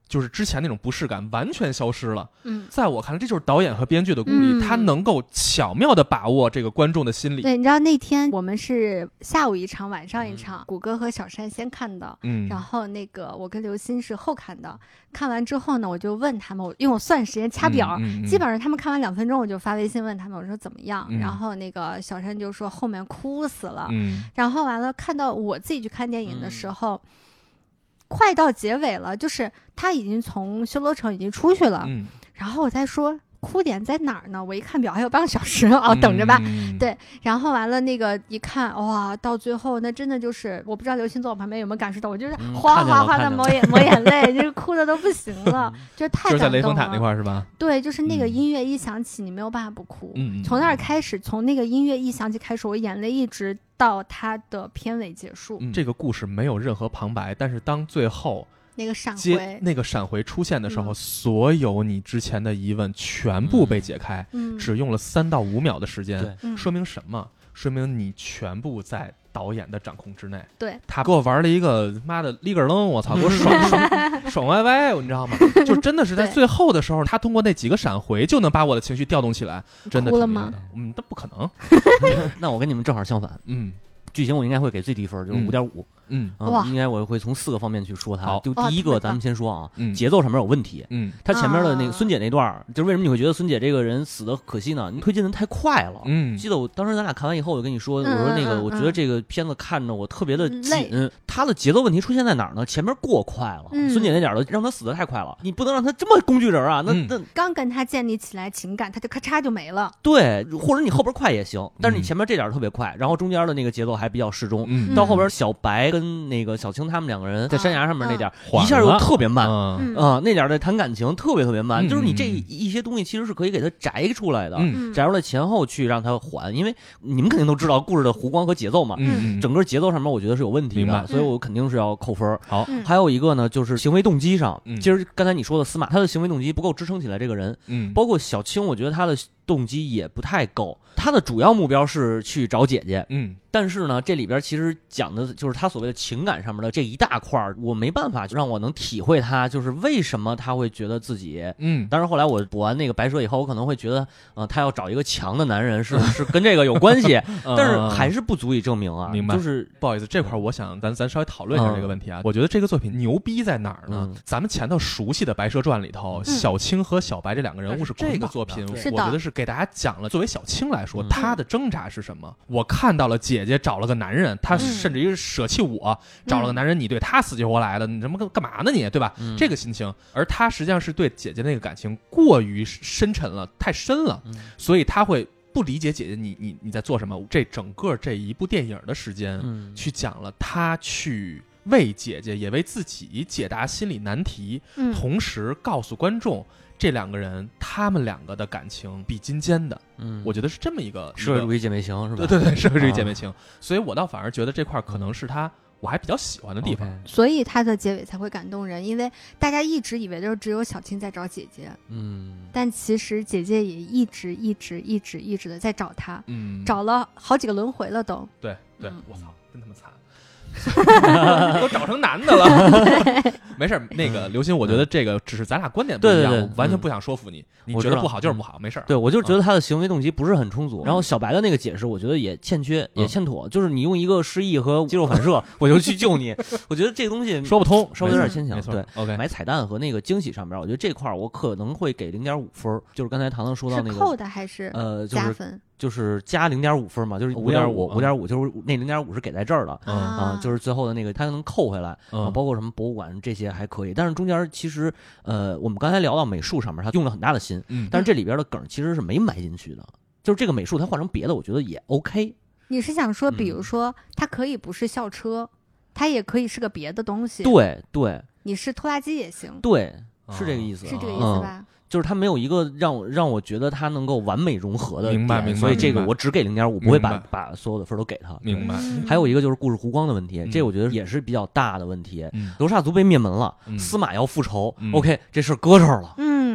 就是之前那种不适感完全消失了。在我看来，这就是导演和编剧的功力，他能够巧妙地把握这个观众的心理。 对，你知道那天我们是下午一场，晚上一场，谷歌和小山先看的，然后那个我跟刘鑫是后看的。看完之后呢，我就问他们，因为我算时间掐表，基本上他们看完2分钟，我就发微信问他们，我说怎么样？然后那个小山就说后面哭死了。然后完了，看到我自己去看电影的时候。快到结尾了，就是他已经从修罗城已经出去了，然后我在说哭点在哪儿呢？我一看表还有半个小时等着吧。对，然后完了那个一看，哇，到最后那真的就是我不知道刘鑫坐我旁边有没有感受到，我就是哗哗哗的抹眼泪，就是哭的都不行了，就是太感动了。就是在雷峰塔那块是吧？ 对，就是那个音乐一响起，你没有办法不哭。从那儿开始，从那个音乐一响起开始，我眼泪一直到它的片尾结束。 这个故事没有任何旁白，但是当最后那个闪回出现的时候，所有你之前的疑问全部被解开，只用了3到5秒的时间。说明什么？说明你全部在导演的掌控之内。 对， 他给我玩了一个妈的立个楞，我操，给我爽歪歪，你知道吗？就真的是在最后的时候，他通过那几个闪回就能把我的情绪调动起来，真的哭了吗？ 那不可能。 那我跟你们正好相反。剧情我应该会给最低分，就是5.5。应该我会从4个方面去说它。就第一个，咱们先说啊，节奏上面有问题。他前面的那个孙姐那段，就是为什么你会觉得孙姐这个人死的可惜呢？你推进的太快了。记得我当时咱俩看完以后，我跟你说，我说那个，我觉得这个片子看着我特别的紧。他的节奏问题出现在哪儿呢？前面过快了，孙姐那点的让他死的太快了，你不能让他这么工具人啊。那刚跟他建立起来情感，他就咔嚓就没了。 对，或者你后边快也行，但是你前面这点特别快，然后中间的那个节奏还比较适中。到后边小白跟那个小青他们2个人在山崖上面那点一下又特别慢那点的谈感情特别特别慢，就是你这一些东西其实是可以给它摘出来的，摘出来前后去让它缓，因为你们肯定都知道故事的弧光和节奏嘛，整个节奏上面我觉得是有问题的，所以我肯定是要扣分。 好， 还有一个呢就是行为动机上，其实刚才你说的司马他的行为动机不够支撑起来这个人，包括小青我觉得他的动机也不太够，他的主要目标是去找姐姐，但是呢这里边其实讲的就是他所谓的情感上面的这一大块，我没办法让我能体会他就是为什么他会觉得自己当然后来我补完那个白蛇以后，我可能会觉得他要找一个强的男人是跟这个有关系但是还是不足以证明啊。 明白， 就是不好意思，这块我想咱稍微讨论一下这个问题啊。我觉得这个作品牛逼在哪儿呢？咱们前头熟悉的白蛇传里头，小青和小白这2个人物是这个作品我觉得是给大家讲了，作为小青来说她的挣扎是什么。我看到了姐姐找了个男人，她甚至于舍弃我找了个男人，你对他死去活来的，你怎么干嘛呢你，对吧？这个心情，而他实际上是对姐姐那个感情过于深沉了，太深了，所以他会不理解姐姐你在做什么。这整个这一部电影的时间去讲了他去为姐姐也为自己解答心理难题，同时告诉观众这2个人他们2个的感情比金坚的。我觉得是这么一个社会主义姐妹情是吧？ 对，社会主义姐妹情。所以我倒反而觉得这块可能是我还比较喜欢的地方。 所以他的结尾才会感动人，因为大家一直以为就是只有小青在找姐姐，但其实姐姐也一直的在找他，找了好几个轮回了都。 对，我操，真他妈惨。都找成男的了没事，那个刘鑫，我觉得这个只是咱俩观点不一样，我完全不想说服你，你觉得不好就是不好，没事。 对，我就是觉得他的行为动机不是很充足，然后小白的那个解释我觉得也欠缺也欠妥，就是你用一个失忆和肌肉反射我就去救你，我觉得这个东西说不通， 稍微有点牵强。对 ，OK， 买彩蛋和那个惊喜上边我觉得这块我可能会给0.5分，就是刚才糖糖说到那个是扣的还是加分？ 就是加0.5分嘛，就是5.5，就是那0.5是给在这儿的就是最后的那个他能扣回来包括什么博物馆这些还可以，但是中间其实我们刚才聊到美术上面他用了很大的心，但是这里边的梗其实是没埋进去的，就是这个美术他换成别的我觉得也 OK。 你是想说比如说它可以不是校车，它也可以是个别的东西？ 对， 你是拖拉机也行。 对，是这个意思， 是这个意思吧？ 就是它没有一个让我觉得它能够完美融合的点， 明白， 所以这个我只给0.5，不会把所有的分都给他。 明白。 还有一个就是故事弧光的问题，这我觉得也是比较大的问题。罗刹族被灭门了，司马要复仇，OK， 这事搁这儿了。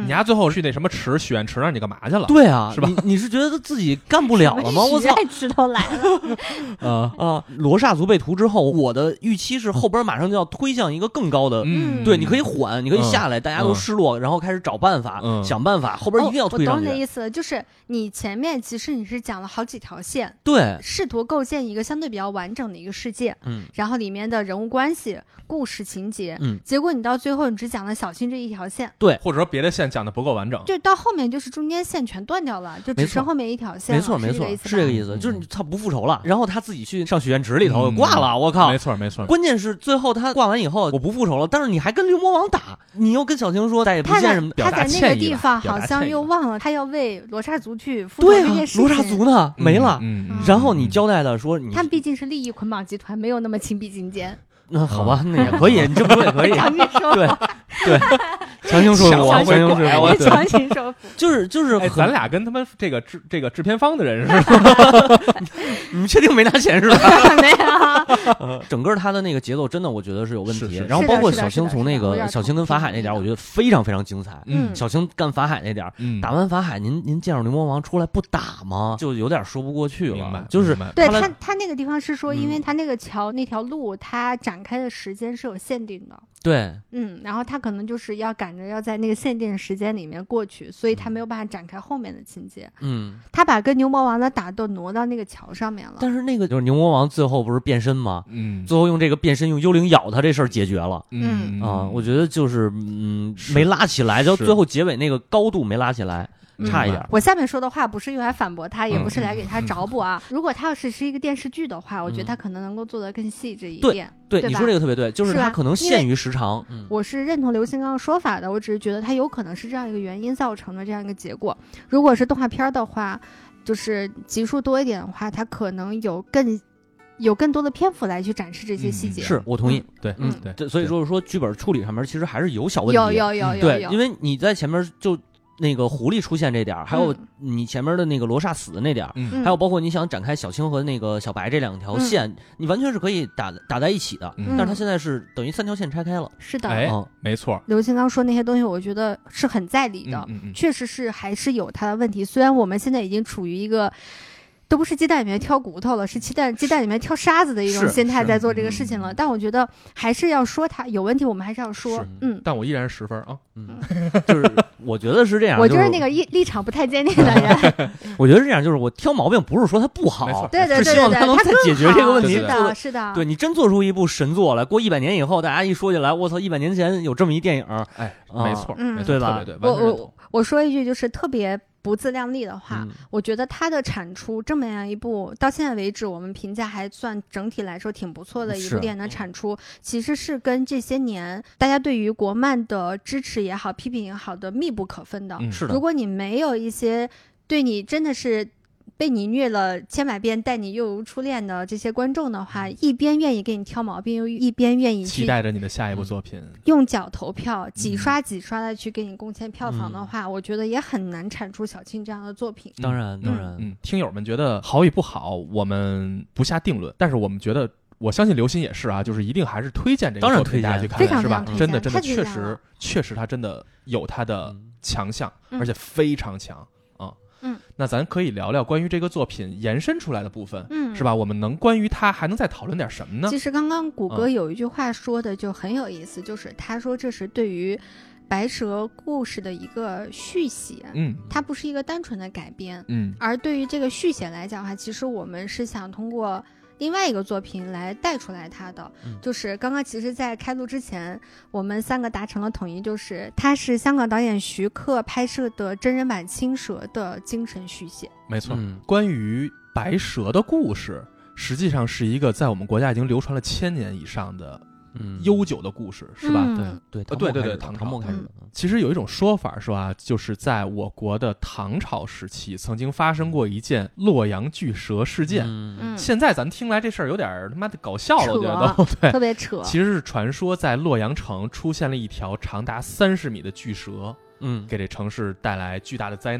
你丫最后去那什么池许愿池那儿，你干嘛去了？ 对啊， 是吧？ 你是觉得自己干不了了吗？我操， 池都来了。 罗刹族被屠之后，我的预期是后边马上就要推向一个更高的，对，你可以缓，你可以下来，大家都失落，然后开始找办法，想办法，后边一定要推上去。 我懂你的意思，就是你前面其实你是讲了好几条线， 对， 试图构建一个相对比较完整的一个世界，然后里面的人物关系、故事情节，结果你到最后你只讲了小青这一条线， 对，或者说别的线讲的不够完整， 就到后面就是中间线全断掉了，就只剩后面一条线了。 没错，是这个意思，就是他不复仇了，然后他自己去上许愿池里头挂了，我靠， 没错， 关键是最后他挂完以后，我不复仇了，但是你还跟牛魔王打，你又跟小青说再也不见什么， 他在那个地方好像又忘了他要为罗刹族去复仇这件事情， 罗刹族呢没了，然后你交代的说他们毕竟是利益捆绑集团，没有那么情比金坚。 那好吧，那也可以，你这么说也可以。 强行说对，强行说服， 强行说服， 就是咱俩跟他们这个制片方的人似的。 你们确定没拿钱是吧？ 没有。 整个他的那个节奏真的，我觉得是有问题。然后包括小青从那个小青跟法海那点，我觉得非常非常精彩。小青干法海那点，打完法海，您见着牛魔王出来不打吗？就有点说不过去了。就是对他那个地方是说，因为他那个桥那条路，他展开的时间是有限定的。 对， 然后他可能就是要赶着要在那个限定时间里面过去，所以他没有办法展开后面的情节。他把跟牛魔王的打斗挪到那个桥上面了。 但是那个就是牛魔王最后不是变身吗？最后用这个变身用幽灵咬他这事儿解决了。我觉得就是没拉起来，就最后结尾那个高度没拉起来。差一点。 我下面说的话不是用来反驳他，也不是来给他找补啊。如果他要是一个电视剧的话，我觉得他可能能够做得更细致一点。 对，你说这个特别对，就是他可能限于时长。 我是认同刘星刚的说法的，我只是觉得他有可能是这样一个原因造成的这样一个结果。如果是动画片的话，就是集数多一点的话，他可能有更多的篇幅来去展示这些细节。 是我同意。 对， 对，所以说剧本处理上面其实还是有小问题。 有。 对，因为你在前面就。那个狐狸出现这点，还有你前面的那个罗刹死的那点，还有包括你想展开小青和那个小白这两条线，你完全是可以打在一起的。但是他现在是等于3条线拆开了。 是的， 没错。 刘青刚说那些东西，我觉得是很在理的，确实是还是有他的问题。虽然我们现在已经处于一个。都不是鸡蛋里面挑骨头了，是鸡蛋里面挑沙子的一种心态在做这个事情了。但我觉得还是要说他有问题，我们还是要说。 但我依然是10分啊。 就是我觉得是这样。 我就是那个立场不太坚定的人。 我觉得是这样，就是我挑毛病不是说他不好， 对， 是希望他能再解决这个问题。 是的。 对你真做出一部神作来，过100年以后，大家一说起来，我操100年前有这么一电影， 没错， 对吧？ 对， 我说一句就是特别。不自量力的话，我觉得它的产出这么样一部，到现在为止我们评价还算整体来说挺不错的一部电影的产出，其实是跟这些年大家对于国漫的支持也好、批评也好的密不可分的。 是的， 如果你没有一些对你真的是被你虐了千百遍，待你又如初恋的这些观众的话，一边愿意给你挑毛病，又一边愿意期待着你的下一部作品， 用脚投票，几刷的去给你贡献票房的话，我觉得也很难产出小青这样的作品。 当然， 听友们觉得好与不好，我们不下定论，但是我们觉得，我相信刘鑫也是啊，就是一定还是推荐这个作品大家去看，是吧？真的确实他真的有他的强项，而且非常强。那咱可以聊聊关于这个作品延伸出来的部分，是吧？我们能关于它还能再讨论点什么呢？ 其实刚刚谷歌有一句话说的就很有意思，就是他说这是对于白蛇故事的一个续写，它不是一个单纯的改编，而对于这个续写来讲的话，其实我们是想通过另外一个作品来带出来它的，就是刚刚其实在开录之前我们3个达成了统一，就是它是香港导演徐克拍摄的真人版青蛇的精神续写。 没错，关于白蛇的故事实际上是一个在我们国家已经流传了1000年以上的悠久的故事，是吧？ 对，唐末开始的。 其实有一种说法说啊，就是在我国的唐朝时期曾经发生过一件洛阳巨蛇事件。现在咱听来这事儿有点他妈的搞笑了，我觉得都对， 特别扯。 其实是传说在洛阳城出现了一条长达30米的巨蛇，给这城市带来巨大的灾难，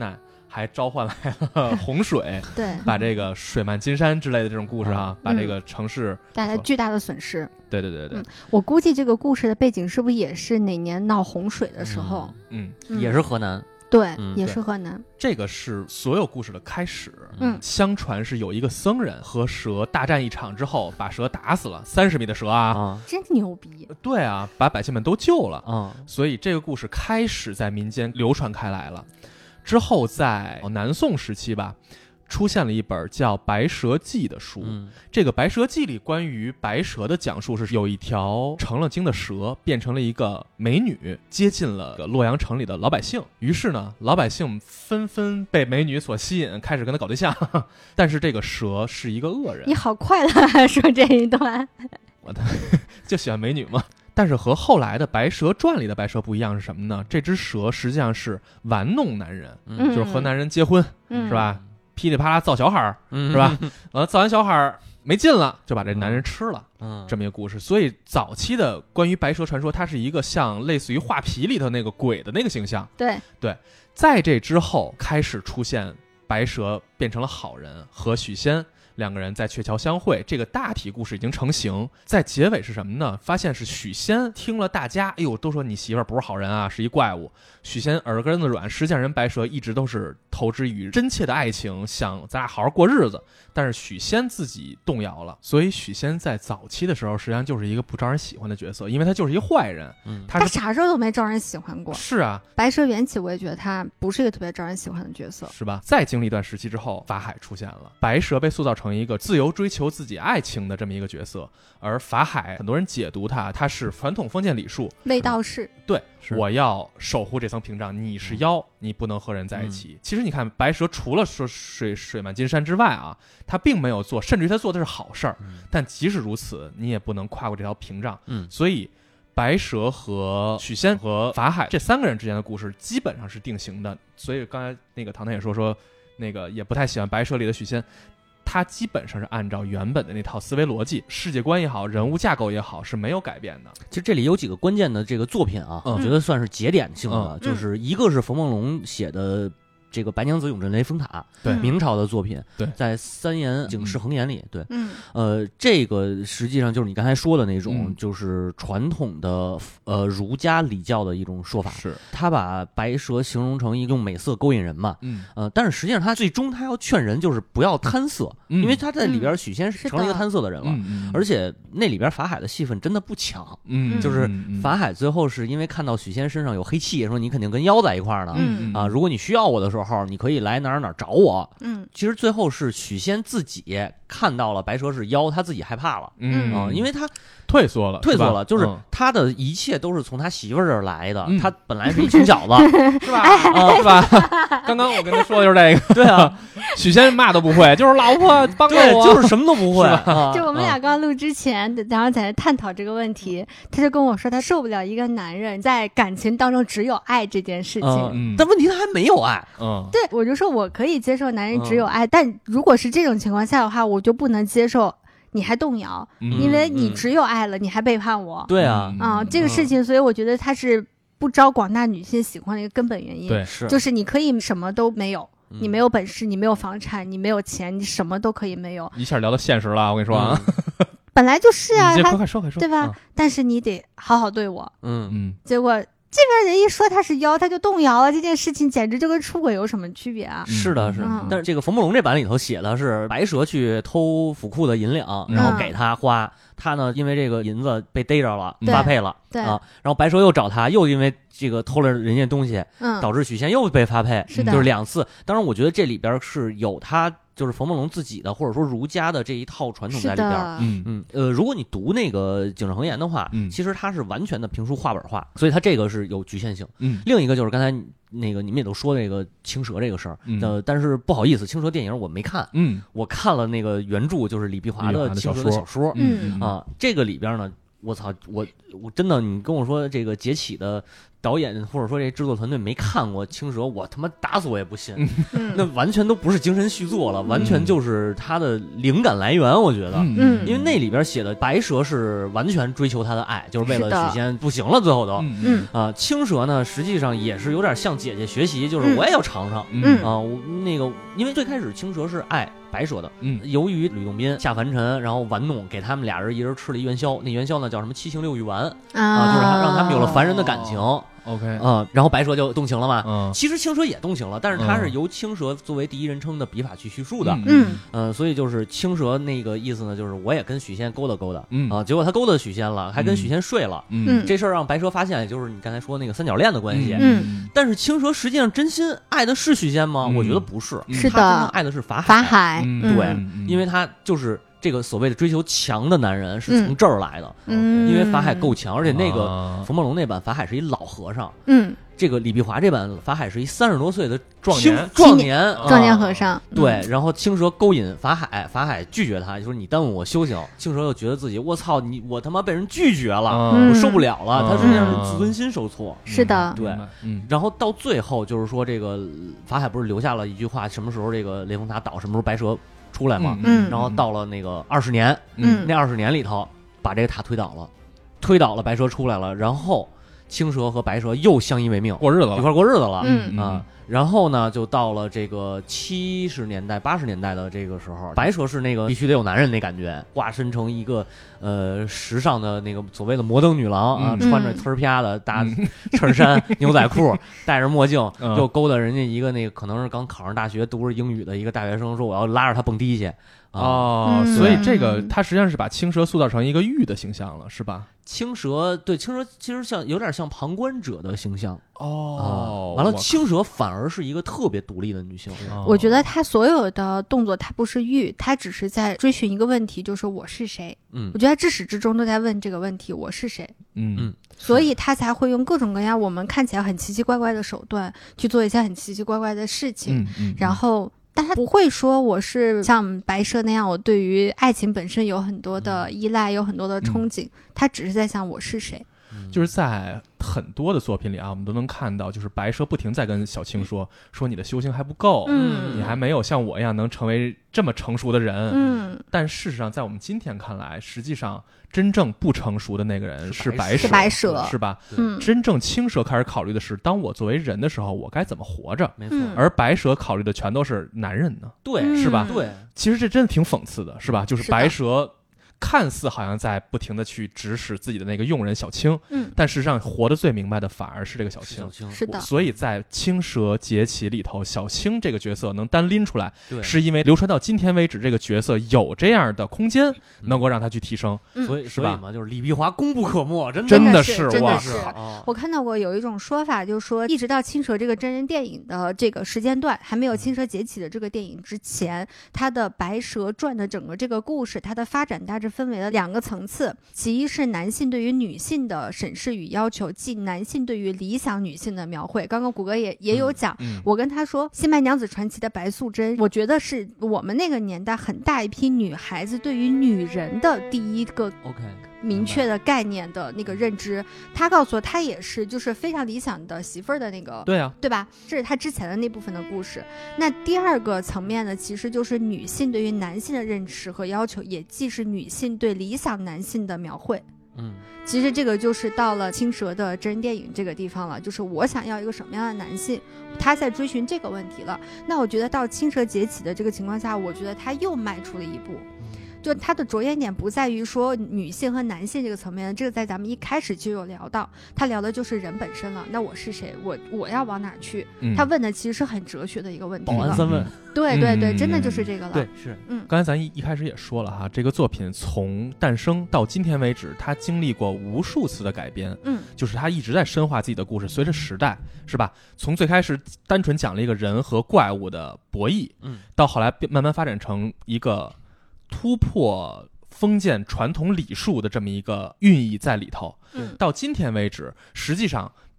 还召唤来了洪水， 对， 把这个水漫金山之类的这种故事啊，把这个城市带来巨大的损失。 对对对对， 我估计这个故事的背景是不是也是哪年闹洪水的时候？ 也是河南。 对，也是河南。 这个是所有故事的开始。相传是有一个僧人和蛇大战一场之后，把蛇打死了，30米的蛇啊， 真牛逼。 对啊，把百姓们都救了。所以这个故事开始在民间流传开来了。之后在南宋时期吧，出现了一本叫《白蛇记》的书。这个《白蛇记》里关于白蛇的讲述是，有一条成了精的蛇变成了一个美女，接近了洛阳城里的老百姓。于是呢，老百姓纷纷被美女所吸引，开始跟她搞对象。但是这个蛇是一个恶人。 你好快乐啊，说这一段。 我的就喜欢美女嘛。但是和后来的《白蛇传》里的白蛇不一样是什么呢？这只蛇实际上是玩弄男人，就是和男人结婚，是吧？噼里啪啦造小孩，是吧？造完小孩没劲了，就把这男人吃了，这么一个故事。所以早期的关于白蛇传说，它是一个像类似于画皮里头那个鬼的那个形象。 对， 在这之后开始出现白蛇变成了好人，和许仙2个人在鹊桥相会，这个大体故事已经成型。在结尾是什么呢？发现是许仙听了大家，哎呦，都说你媳妇儿不是好人啊，是一怪物。许仙耳根子软，实际上人白蛇一直都是投之于真切的爱情，想咱俩好好过日子。但是许仙自己动摇了，所以许仙在早期的时候实际上就是一个不招人喜欢的角色，因为他就是一个坏人。 他啥时候都没招人喜欢过。 是啊， 白蛇缘起我也觉得他不是一个特别招人喜欢的角色， 是吧？再经历一段时期之后，法海出现了，白蛇被塑造成一个自由追求自己爱情的这么一个角色，而法海很多人解读他是传统封建礼数卫道士。 对，我要守护这层屏障，你是妖，你不能和人在一起。其实你看白蛇除了说水漫金山之外啊，他并没有做，甚至于他做的是好事儿，但即使如此，你也不能跨过这条屏障。所以白蛇和许仙和法海这3个人之间的故事基本上是定型的。所以刚才那个唐唐也说那个也不太喜欢白蛇里的许仙，他基本上是按照原本的那套思维逻辑、世界观也好、人物架构也好是没有改变的。 其实这里有几个关键的这个作品啊，我觉得算是节点性的，就是一个是冯梦龙写的这个白娘子永镇雷峰塔， 对， 明朝的作品， 对， 在三言警示恒言里，对，这个实际上就是你刚才说的那种，就是传统的儒家礼教的一种说法， 是他把白蛇形容成一种美色勾引人嘛，但是实际上他最终他要劝人就是不要贪色，因为他在里边许仙是成了一个贪色的人了，而且那里边法海的戏份真的不强，就是法海最后是因为看到许仙身上有黑气，说你肯定跟妖在一块儿呢，啊，如果你需要我的时候你可以来哪儿找我。其实最后是许仙自己看到了白蛇是妖，他自己害怕了，因为他退缩了， 就是他的一切都是从他媳妇儿这儿来的，他本来是一穷小子， 是吧？是吧？刚刚我跟他说的就是这个， 对啊， 许仙嘛都不会，就是老婆帮我， 就是什么都不会。 就我们俩刚录之前，然后在那探讨这个问题，他就跟我说他受不了一个男人在感情当中只有爱这件事情， 但问题他还没有爱， 对，我就说我可以接受男人只有爱，但如果是这种情况下的话，我就不能接受你还动摇，因为你只有爱了，你还背叛我。 对啊， 这个事情，所以我觉得他是不招广大女性喜欢的一个根本原因。 对， 就是你可以什么都没有，你没有本事，你没有房产，你没有钱，你什么都可以没有。 一下聊到现实了，我跟你说啊， 本来就是啊， 快说， 对吧？但是你得好好对我。结果这边人一说他是妖，他就动摇了，这件事情简直就跟出轨有什么区别啊？ 是的，但是这个冯梦龙这版里头写的是白蛇去偷府库的银两，然后给他花，他呢因为这个银子被逮着了，发配了， 对啊，然后白蛇又找他，又因为这个偷了人家东西，导致许仙又被发配， 是的， 就是2次。当然，我觉得这里边是有他就是冯梦龙自己的，或者说儒家的这一套传统在里边。如果你读那个《警示恒言》的话，其实它是完全的评书话本化，所以它这个是有局限性。另一个就是刚才那个你们也都说那个青蛇这个事儿，但是不好意思，青蛇电影我没看，我看了那个原著，就是李碧华的青蛇的小说，这个里边呢。我操！我真的，你跟我说这个劫起的导演或者说这制作团队没看过青蛇，我他妈打死我也不信，那完全都不是精神续作了，完全就是他的灵感来源，我觉得，因为那里边写的白蛇是完全追求他的爱，就是为了许仙不行了，最后都，青蛇呢实际上也是有点向姐姐学习，就是我也要尝尝，那个因为最开始青蛇是爱白蛇的，由于吕洞宾下凡尘，然后玩弄给他们俩人一人吃了一元宵，那元宵呢叫什么七情六欲丸就是让他们有了凡人的感情。 OK， 然后白蛇就动情了嘛。其实青蛇也动情了，但是它是由青蛇作为第一人称的笔法去叙述的。所以就是青蛇那个意思呢，就是我也跟许仙勾搭勾搭，结果他勾搭许仙了，还跟许仙睡了。这事儿让白蛇发现，也就是你刚才说那个三角恋的关系。但是青蛇实际上真心爱的是许仙吗？我觉得不是， 是的， 他真正爱的是法海。 对，因为他就是这个所谓的追求强的男人是从这儿来的，因为法海够强，而且那个冯梦龙那版法海是一老和尚，这个李碧华这版法海是一30多岁的壮年和尚， 对，然后青蛇勾引法海，法海拒绝他，就说你耽误我修行，青蛇又觉得自己我操我他妈被人拒绝了，我受不了了，他实际上是自尊心受挫， 是的， 对，然后到最后就是说这个法海不是留下了一句话，什么时候这个雷峰塔倒，什么时候白蛇出来嘛，然后到了那个20年，那20年里头把这个塔推倒了，白蛇出来了，然后青蛇和白蛇又相依为命， 过日子了， 一块过日子了，然后呢，就到了这个70年代、80年代的这个时候，白蛇是那个必须得有男人那感觉，化身成一个时尚的那个所谓的摩登女郎啊，穿着呲啪的大衬衫、牛仔裤，戴着墨镜，又勾搭人家一个那个可能是刚考上大学读着英语的一个大学生，说我要拉着他蹦迪去。 所以这个他实际上是把青蛇塑造成一个玉的形象了，是吧？ 青蛇其实有点像旁观者的形象完了青蛇反而是一个特别独立的女性。 我觉得他所有的动作他不是玉，他只是在追寻一个问题，就是我是谁。我觉得他至始至终都在问这个问题，我是谁。所以他才会用各种各样我们看起来很奇奇怪怪的手段去做一些很奇奇怪怪的事情，然后但他不会说我是像白蛇那样，我对于爱情本身有很多的依赖，有很多的憧憬，他只是在想我是谁。 就是在很多的作品里啊，我们都能看到，就是白蛇不停在跟小青说你的修行还不够，你还没有像我一样能成为这么成熟的人。但事实上在我们今天看来，实际上真正不成熟的那个人是白蛇，是吧？真正青蛇开始考虑的是，当我作为人的时候，我该怎么活着？ 没错。 而白蛇考虑的全都是男人呢， 对， 是吧？ 对， 其实这真的挺讽刺的，是吧？就是白蛇看似好像在不停的去指使自己的那个佣人小青，但事实上活得最明白的反而是这个小青。 是的。 所以在青蛇劫起里头，小青这个角色能单拎出来，是因为流传到今天为止，这个角色有这样的空间，能够让他去提升。所以嘛，就是李碧华功不可没，真的是哇！我看到过有一种说法，就是说一直到青蛇这个真人电影的这个时间段，还没有青蛇劫起的这个电影之前，它的白蛇传的整个这个故事，它的发展大致分为了2个层次，其一是男性对于女性的审视与要求，即男性对于理想女性的描绘。刚刚谷歌也有讲，我跟他说《新白娘子传奇》的白素贞，我觉得是我们那个年代很大一批女孩子对于女人的第一个明确的概念的那个认知。他告诉我他也是就是非常理想的媳妇儿的那个，对吧？这是他之前的那部分的故事。那第2个层面呢，其实就是女性对于男性的认识和要求，也既是女性对理想男性的描绘。其实这个就是到了青蛇的真人电影这个地方了，就是我想要一个什么样的男性，他在追寻这个问题了。那我觉得到青蛇劫起的这个情况下，我觉得他又迈出了一步。就他的着眼点不在于说女性和男性这个层面，这个在咱们一开始就有聊到，他聊的就是人本身了。那我是谁？我要往哪去？他问的其实是很哲学的一个问题了。 保安3问， 对对对，真的就是这个了。 对，是。 刚才咱一开始也说了哈，这个作品从诞生到今天为止，他经历过无数次的改编。就是他一直在深化自己的故事，随着时代，是吧？从最开始单纯讲了一个人和怪物的博弈，到后来慢慢发展成一个突破封建传统礼数的这么一个寓意在里头。到今天为止，实际上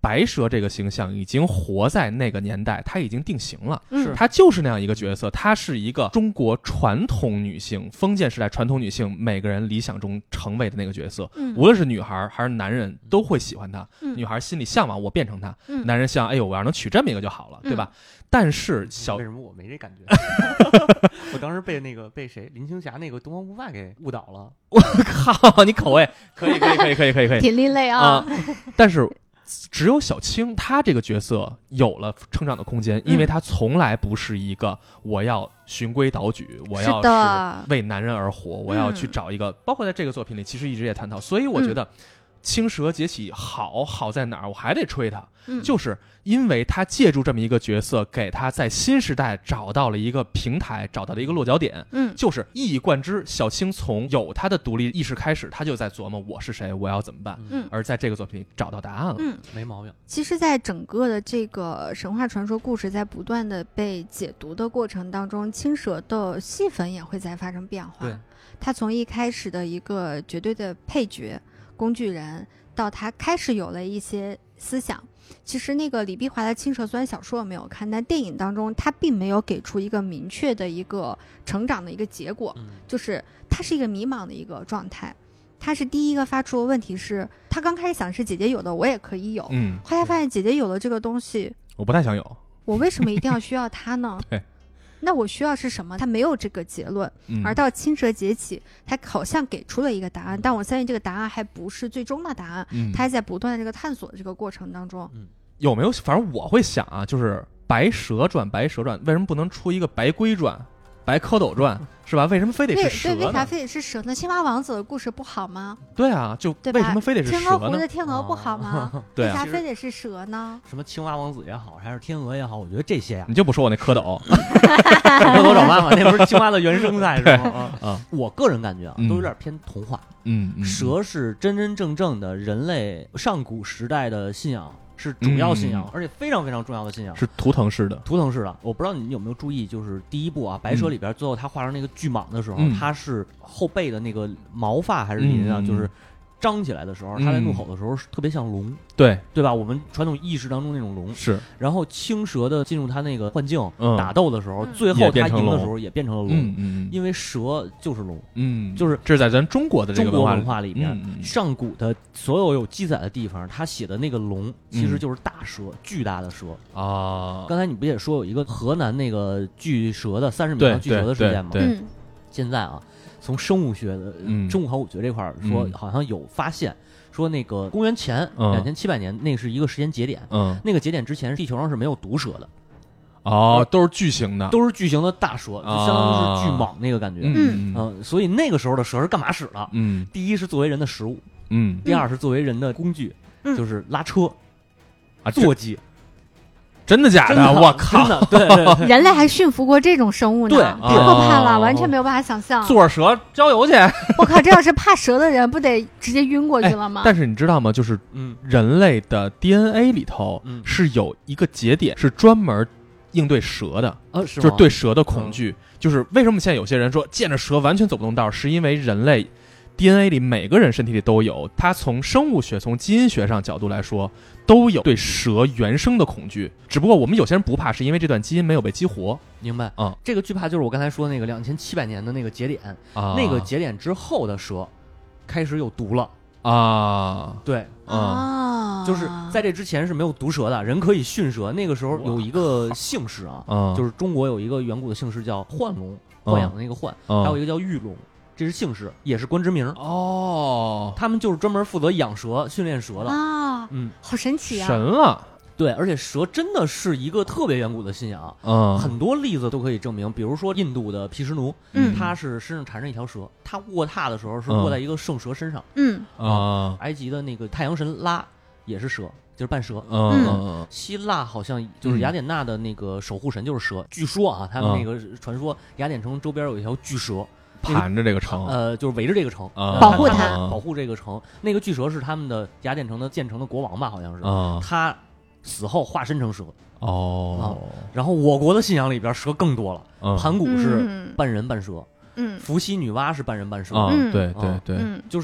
白蛇这个形象已经活在那个年代，它已经定型了， 它就是那样一个角色，她是一个中国传统女性，封建时代传统女性每个人理想中成为的那个角色，无论是女孩还是男人都会喜欢她，女孩心里向往我变成她，男人向哎呦我要能娶这么一个就好了，对吧？但是为什么我没这感觉？我当时被谁林青霞那个东方不败给误导了。 我靠，你口味可以， 挺另类啊！ 但是只有小青她这个角色有了成长的空间，因为她从来不是一个我要循规蹈矩，我要是为男人而活，我要去找一个，包括在这个作品里其实一直也探讨，所以我觉得青蛇劫起好在哪儿，我还得吹他，就是因为他借助这么一个角色，给他在新时代找到了一个平台，找到了一个落脚点，就是一以贯之。小青从有他的独立意识开始，他就在琢磨我是谁，我要怎么办，而在这个作品里找到答案了， 没毛病。 其实在整个的这个神话传说故事在不断的被解读的过程当中，青蛇的戏份也会在发生变化， 对， 他从一开始的一个绝对的配角工具人，到他开始有了一些思想。其实那个李碧华的青蛇虽然小说我没有看，但电影当中他并没有给出一个明确的一个成长的一个结果，就是他是一个迷茫的一个状态。他是第一个发出的问题是，他刚开始想是姐姐有的我也可以有，后来发现姐姐有了这个东西我不太想有， 我为什么一定要需要它呢？ 对， 那我需要是什么？他没有这个结论，而到青蛇劫起，他好像给出了一个答案，但我相信这个答案还不是最终的答案，他还在不断的这个探索的这个过程当中。 有没有？反正我会想啊，就是白蛇传，为什么不能出一个白龟传、白蝌蚪传，是吧？为什么非得是蛇呢？ 对，为啥非得是蛇呢？青蛙王子的故事不好吗？ 对啊，就为什么非得是蛇呢？ 天鹅湖的天鹅不好吗？ 对为啥非得是蛇呢？ 什么青蛙王子也好，还是天鹅也好，我觉得这些呀， 你就不说我那蝌蚪， 蝌蚪找妈妈，那不是青蛙的原生态是吗？我个人感觉啊，都有点偏童话。蛇是真真正正的人类上古时代的信仰。是主要信仰，而且非常非常重要的信仰， 是图腾式的。 我不知道你有没有注意，就是第一部啊，白蛇里边最后他画上那个巨蟒的时候，他是后背的那个毛发还是鳞啊，就是张起来的时候，他在怒吼的时候特别像龙，对吧？我们传统意识当中那种龙是。然后青蛇的进入他那个幻境打斗的时候，最后他赢的时候也变成了龙，因为蛇就是龙，就是这是在咱中国的这个文化里面，上古的所有记载的地方，他写的那个龙其实就是大蛇，巨大的蛇啊。刚才你不也说有一个河南那个巨蛇的30米长巨蛇的事件吗？ 对， 现在啊。从生物学的生物考古学这块说，好像有发现，说那个公元前2700年，那是一个时间节点，那个节点之前地球上是没有毒蛇的， 都是巨型的大蛇，就相当于是巨蟒那个感觉，所以那个时候的蛇是干嘛使的？第一是作为人的食物，第二是作为人的工具，就是拉车坐骑。 真的假的？我靠！ 对， 人类还驯服过这种生物呢，太可怕了，完全没有办法想象。 坐着蛇郊游去， 我靠！这要是怕蛇的人，不得直接晕过去了吗？ 但是你知道吗？就是人类的 DNA 里头是有一个节点是专门应对蛇的，就是对蛇的恐惧。就是为什么现在有些人说见着蛇完全走不动道，是因为人类 DNA 里每个人身体里都有，它从生物学、从基因学上角度来说，都有对蛇原生的恐惧。只不过我们有些人不怕，是因为这段基因没有被激活。 明白这个惧怕就是我刚才说那个2700年的那个节点，那个节点之后的蛇开始有毒了啊。对就是在这之前是没有毒蛇的，人可以驯蛇。那个时候有一个姓氏啊，就是中国有一个远古的姓氏叫幻龙，豢养的那个豢，还有一个叫玉龙。这是姓氏，也是官职名他们就是专门负责养蛇、训练蛇的啊。好神奇啊！ 神了， 对，而且蛇真的是一个特别远古的信仰，很多例子都可以证明。比如说印度的毗湿奴，他是身上缠着一条蛇，他卧榻的时候是卧在一个圣蛇身上。埃及的那个太阳神拉也是蛇，就是半蛇。希腊好像就是雅典娜的那个守护神就是蛇。据说啊，他们那个传说，雅典城周边有一条巨蛇。 盘着这个城， 就是围着这个城， 保护它， 保护这个城。那个巨蛇是他们的雅典城的建成的国王吧，好像是。他死后化身成蛇。然后我国的信仰里边蛇更多了，盘古是半人半蛇，伏羲女娲是半人半蛇。 对， 就是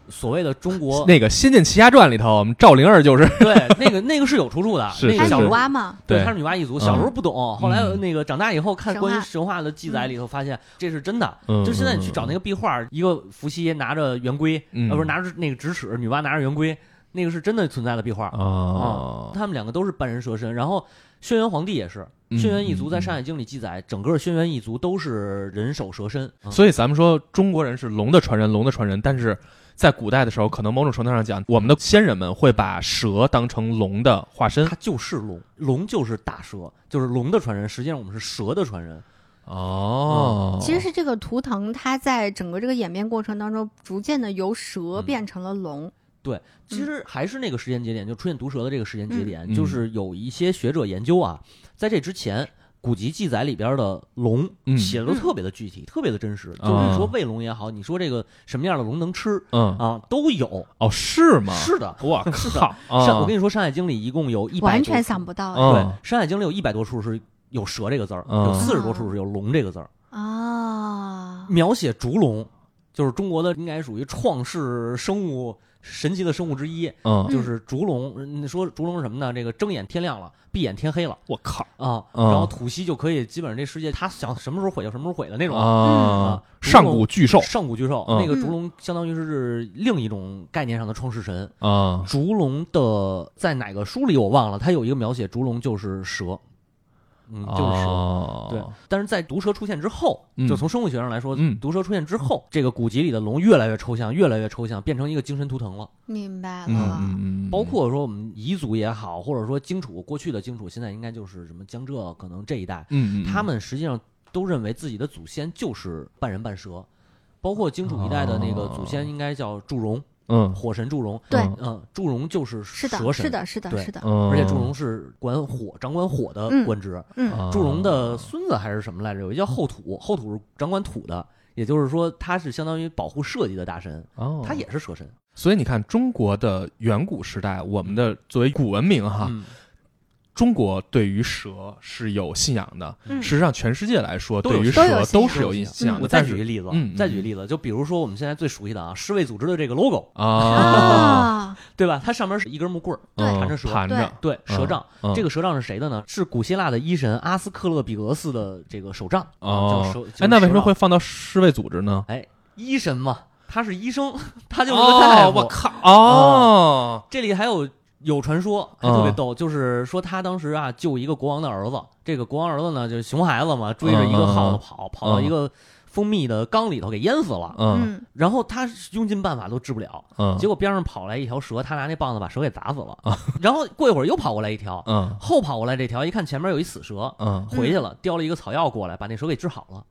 所谓的中国那个《仙剑奇侠传》里头，我们赵灵儿就是对那个是有出处的，那个小女娲嘛， 对，她是女娲一族。小时候不懂，后来那个长大以后看关于神话的记载里头，发现这是真的。就现在你去找那个壁画，一个伏羲拿着圆规，不是拿着那个直尺，女娲拿着圆规，那个是真的存在的壁画他们两个都是半人蛇身，然后轩辕皇帝也是。轩辕一族在《山海经》里记载，整个轩辕一族都是人首蛇身。 所以咱们说中国人是龙的传人，但是在古代的时候，可能某种程度上讲，我们的先人们会把蛇当成龙的化身， 它就是龙，龙就是大蛇，就是龙的传人。实际上我们是蛇的传人。 其实是这个图腾，它在整个这个演变过程当中，逐渐的由蛇变成了龙。 对，其实还是那个时间节点，就出现毒蛇的这个时间节点，就是有一些学者研究啊，在这之前，古籍记载里边的龙写的都特别的具体，特别的真实。就是你说喂龙也好，你说这个什么样的龙能吃，都有。 哦，是吗？ 是的， 哇靠！ 我跟你说，《山海经》里一共有100多， 完全想不到。 对，《山海经》里有100多处是有蛇这个字儿，有40多处是有龙这个字儿。描写烛龙，就是中国的应该属于创世生物。神奇的生物之一，就是烛龙。你说烛龙是什么呢？这个睁眼天亮了，闭眼天黑了。 我靠然后吐息就可以，基本上这世界他想什么时候毁就什么时候毁的那种上古巨兽， 那个烛龙相当于是另一种概念上的创世神烛龙的在哪个书里我忘了，它有一个描写烛龙就是蛇。就是蛇，对。但是在毒蛇出现之后，就从生物学上来说，毒蛇出现之后，这个古籍里的龙越来越抽象，变成一个精神图腾了。 明白了。 包括说我们彝族也好，或者说荆楚，过去的荆楚，现在应该就是什么江浙可能这一带，他们实际上都认为自己的祖先就是半人半蛇，包括荆楚一带的那个祖先应该叫祝融。火神祝融， 对， 祝融就是蛇神， 是的， 而且祝融是掌管火的官职。祝融的孙子还是什么来着？有一个叫后土，后土是掌管土的，也就是说他是相当于保护社稷的大神，他也是蛇神。 所以你看，中国的远古时代，我们的作为古文明哈。中国对于蛇是有信仰的，事实上全世界来说对于蛇都是有信仰的。 我再举个例子，就比如说我们现在最熟悉的啊，世卫组织的这个 logo 对吧？它上面是一根木棍盘着蛇，对蛇杖。这个蛇杖是谁的呢？是古希腊的医神阿斯克勒比俄斯的这个手杖那为什么会放到世卫组织呢？ 医神嘛，他是医生，他就是个大夫。 我靠！ 这里还有传说还特别逗，就是说他当时啊救一个国王的儿子，这个国王儿子呢就是熊孩子嘛，追着一个耗子跑到一个蜂蜜的缸里头给淹死了。然后他用尽办法都治不了。结果边上跑来一条蛇，他拿那棒子把蛇给砸死了。然后过一会儿又跑过来一条，后跑过来这条一看前面有一死蛇，回去了，叼了一个草药过来，把那蛇给治好了。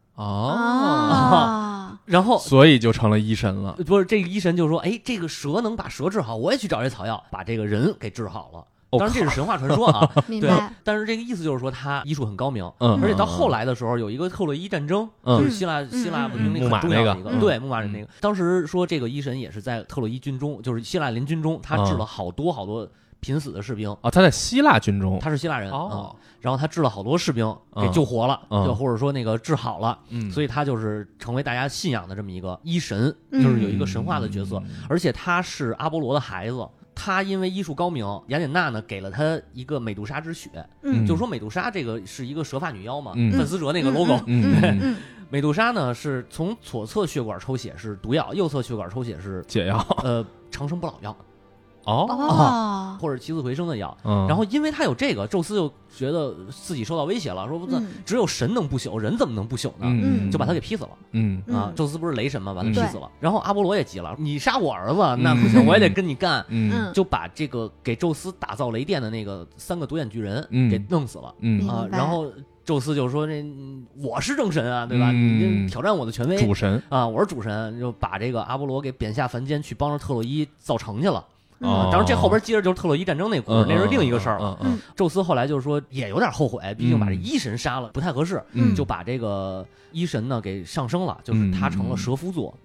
然后所以就成了医神了。 不是，这个医神就说，这个蛇能把蛇治好，我也去找这草药把这个人给治好了。当然这是神话传说啊，对。但是这个意思就是说他医术很高明，而且到后来的时候有一个特洛伊战争，就是希腊文明里很重要的一个，对，牧马人那个。当时说这个医神也是在特洛伊军中，就是希腊联军中，他治了好多濒死的士兵他在希腊军中， 他是希腊人然后他治了好多士兵给救活了，就或者说那个治好了，所以他就是成为大家信仰的这么一个医神，就是有一个神话的角色，而且他是阿波罗的孩子。他因为医术高明，雅典娜呢给了他一个美杜莎之血，就是说美杜莎这个是一个蛇发女妖嘛，范思哲那个 logo。美杜莎呢是从左侧血管抽血是毒药，右侧血管抽血是解药， 长生不老药。 或者起死回生的药，然后因为他有这个，宙斯就觉得自己受到威胁了，说不，只有神能不朽，人怎么能不朽呢？就把他给劈死了。宙斯不是雷神吗？把他劈死了。然后阿波罗也急了，你杀我儿子，那不行，我也得跟你干。就把这个给宙斯打造雷电的那个3个独眼巨人给弄死了。然后宙斯就说：“我是正神啊，对吧？你挑战我的权威， 主神啊， 我是主神。”就把这个阿波罗给贬下凡间去帮着特洛伊造城去了。当然这后边接着就是特洛伊战争那故事，那是另一个事儿了。宙斯后来就是说也有点后悔，毕竟把这医神杀了不太合适，就把这个医神呢给上升了，就是他成了蛇夫座。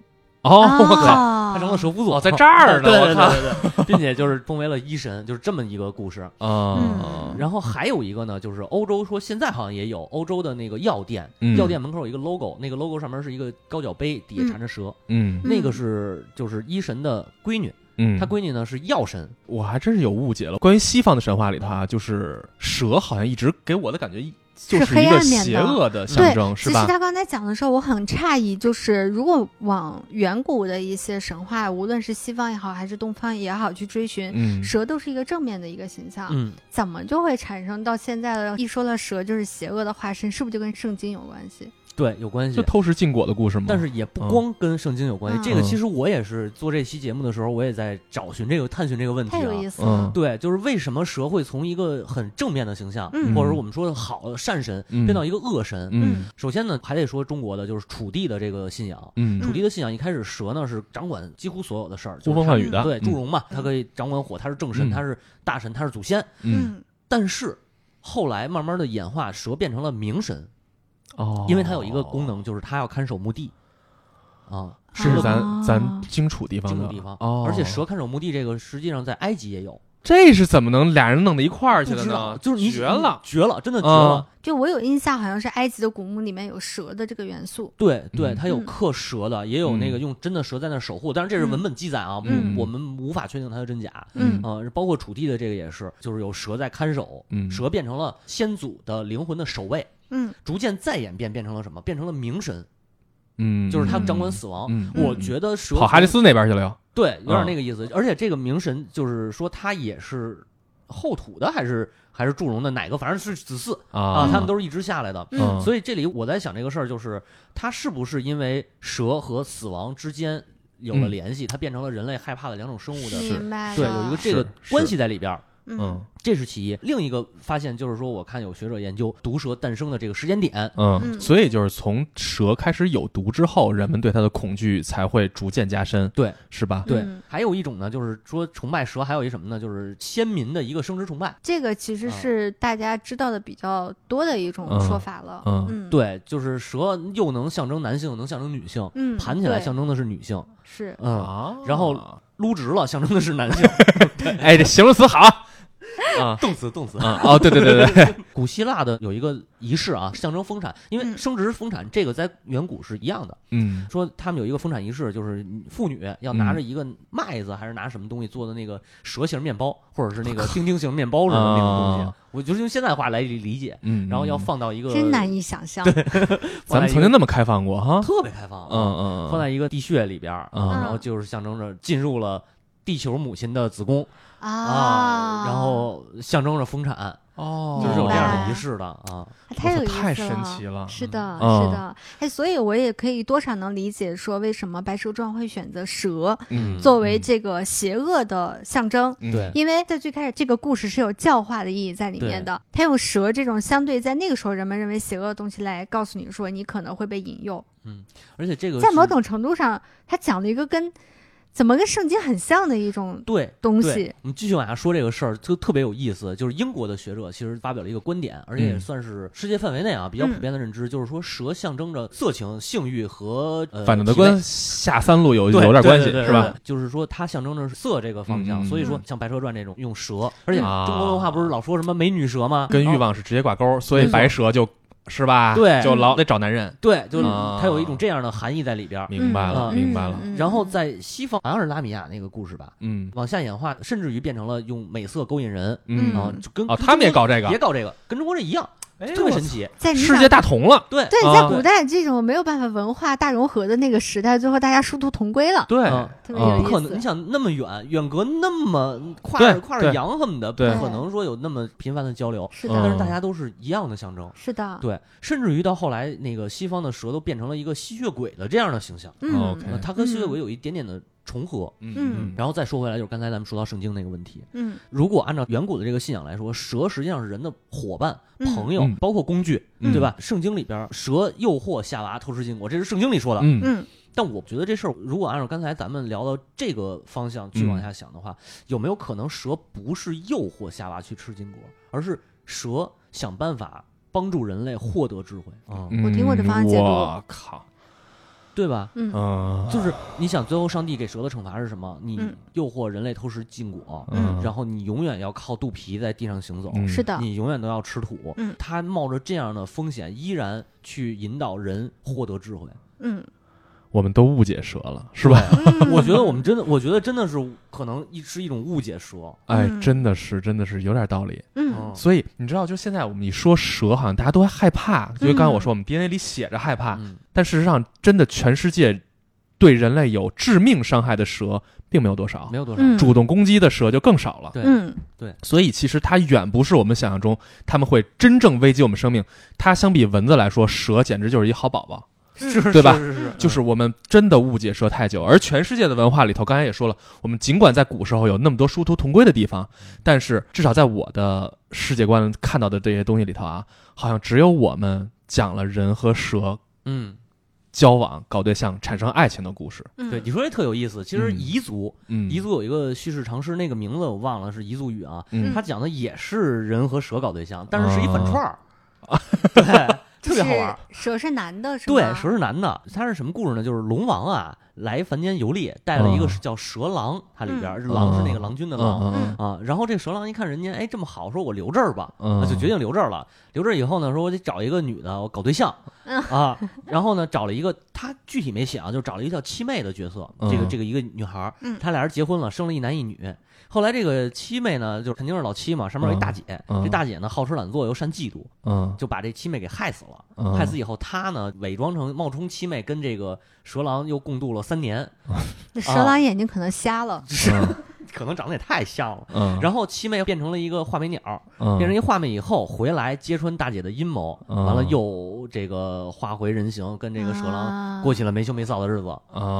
我靠。 他成了蛇夫座， 在这儿呢， 对，并且就是封为了医神，就是这么一个故事然后还有一个呢，就是欧洲说现在好像也有欧洲的那个药店，药店门口有一个 logo，那个 logo 上面是一个高脚杯，底下缠着蛇，那个是就是医神的闺女。他闺女呢是药神， 我还真是有误解了。关于西方的神话里头啊，就是蛇好像一直给我的感觉就是一个邪恶的象征，是吧？ 其实他刚才讲的时候，我很诧异，就是如果往远古的一些神话，无论是西方也好，还是东方也好，去追寻，蛇都是一个正面的一个形象，怎么就会产生到现在的一说了蛇就是邪恶的化身，是不是就跟圣经有关系？ 对，有关系， 就偷食禁果的故事吗？ 但是也不光跟圣经有关系，这个其实我也是做这期节目的时候，我也在探寻这个问题太有意思了。 对，就是为什么蛇会从一个很正面的形象，或者我们说的好的善神，变到一个恶神？首先呢，还得说中国的就是楚地的这个信仰。楚地的信仰一开始蛇呢是掌管几乎所有的事儿， 呼风唤雨的。 对，祝融嘛，它可以掌管火，它是正神，它是大神，它是祖先。但是后来慢慢的演化，蛇变成了冥神。因为它有一个功能，就是它要看守墓地， 是咱荆楚地方的地方，而且蛇看守墓地这个实际上在埃及也有， 这是怎么能俩人弄到一块儿去的呢？ 就是你绝了， 真的绝了！ 就我有印象，好像是埃及的古墓里面有蛇的这个元素。 对，它有刻蛇的，也有那个用真的蛇在那守护，但是这是文本记载啊，我们无法确定它的真假。包括楚地的这个也是，就是有蛇在看守，蛇变成了先祖的灵魂的守卫。逐渐再演变成了什么？变成了冥神，就是他掌管死亡。我觉得蛇跑哈迪斯那边去了哟。 对，有点那个意思。而且这个冥神就是说他也是后土的，还是祝融的哪个？反正是子嗣啊，他们都是一直下来的。所以这里我在想这个事儿，就是他是不是因为蛇和死亡之间有了联系，它变成了人类害怕的两种生物的？对，有一个这个关系在里边。这是其一。另一个发现就是说，我看有学者研究毒蛇诞生的这个时间点。 所以就是从蛇开始有毒之后，人们对它的恐惧才会逐渐加深。 对， 是吧？ 对。还有一种呢，就是说崇拜蛇，还有一什么呢？就是先民的一个生殖崇拜。 这个其实是大家知道的比较多的一种说法了。 对，就是蛇又能象征男性，又能象征女性。盘起来象征的是女性。 是。 然后撸直了象征的是男性。 哎，这形容词好。 动词对， 古希腊的有一个仪式啊，象征丰产，因为生殖丰产这个在远古是一样的。说他们有一个丰产仪式，就是妇女要拿着一个麦子还是拿什么东西做的那个蛇形面包，或者是那个丁丁形面包似的那种东西，我就是用现在话来理解。然后要放到一个真难以想象。 对， 咱们曾经那么开放过哈， 特别开放。放在一个地穴里边然后就是象征着进入了地球母亲的子宫。然后象征着丰产就是有这样的仪式的太有意思了， 太神奇了。 是的，所以我也可以多少能理解说为什么《白蛇传》会选择蛇作为这个邪恶的象征。 对， 因为在最开始这个故事是有教化的意义在里面的，它用蛇这种相对在那个时候人们认为邪恶的东西来告诉你说你可能会被引诱。 而且这个在某种程度上，它讲了一个怎么跟圣经很像的一种东西。 我们继续往下说这个事儿，就特别有意思。就是英国的学者其实发表了一个观点，而且也算是世界范围内比较普遍的认知，就是说蛇象征着色情、性欲和反正跟下三路有点关系，是吧？ 就是说它象征着色这个方向，所以说像《白蛇传》这种用蛇，而且中国文化不是老说什么美女蛇吗？ 跟欲望是直接挂钩，所以白蛇就是吧？ 对， 就老得找男人。 对，就它有一种这样的含义在里边。 明白了。 然后在西方，好像是拉米亚那个故事吧，往下演化，甚至于变成了用美色勾引人，就跟他们也搞这个， 跟中国人一样。特别神奇， 世界大同了。 对， 在古代这种没有办法文化大融合的那个时代，最后大家殊途同归了。 对， 特别有意思。 不可能，你想那么远隔那么跨着洋什么的，不可能说有那么频繁的交流。 是的， 但是大家都是一样的象征。 是的， 对，甚至于到后来，那个西方的蛇都变成了一个吸血鬼的这样的形象。它跟吸血鬼有一点点的重合。然后再说回来，就是刚才咱们说到圣经那个问题。如果按照远古的这个信仰来说，蛇实际上是人的伙伴、朋友，包括工具，对吧？圣经里边蛇诱惑夏娃偷吃禁果，这是圣经里说的。但我觉得这事儿，如果按照刚才咱们聊到这个方向去往下想的话，有没有可能蛇不是诱惑夏娃去吃禁果，而是蛇想办法帮助人类获得智慧？ 我听过这方向解读。 我靠！ 对吧？就是你想最后上帝给蛇的惩罚是什么？你诱惑人类偷食禁果，然后你永远要靠肚皮在地上行走， 是的， 你永远都要吃土。他冒着这样的风险，依然去引导人获得智慧。 我们都误解蛇了，是吧？ 我觉得真的是可能是一种误解蛇。 哎，真的是有点道理。所以你知道，就现在我们一说蛇，好像大家都会害怕，因为刚才我说我们 DNA 里写着害怕，但事实上，真的全世界对人类有致命伤害的蛇并没有多少，主动攻击的蛇就更少了。 对， 所以其实它远不是我们想象中他们会真正危及我们生命。它相比蚊子来说，蛇简直就是一好宝宝。对吧？就是我们真的误解蛇太久，而全世界的文化里头，刚才也说了，我们尽管在古时候有那么多殊途同归的地方，但是至少在我的世界观看到的这些东西里头啊，好像只有我们讲了人和蛇交往、搞对象、产生爱情的故事。 对，你说这特有意思。其实彝族有一个叙事常识，那个名字我忘了，是彝族语啊，他讲的也是人和蛇搞对象，但是一反串儿。对。特别好玩， 蛇是男的，是吧？ 对，蛇是男的。它是什么故事呢？就是龙王啊，来凡间游历，带了一个叫蛇郎，它里边狼是那个郎君的狼啊。然后这蛇郎一看人家这么好，说我留这儿吧，就决定留这儿了。留这儿以后呢，说我得找一个女的，我搞对象啊。然后呢，找了一个他具体没写啊，就找了一个叫七妹的角色，这个一个女孩，他俩人结婚了，生了一男一女。后来这个七妹呢，就是肯定是老七嘛，上面有一大姐，这大姐呢好吃懒做又善嫉妒，就把这七妹给害死了。害死以后，他呢伪装成冒充七妹，跟这个蛇郎又共度了3年。 那蛇郎眼睛可能瞎了， 可能长得也太像了。然后七妹变成了一个画眉鸟，变成一画眉以后回来揭穿大姐的阴谋，完了又这个化回人形，跟这个蛇郎过起了没羞没臊的日子。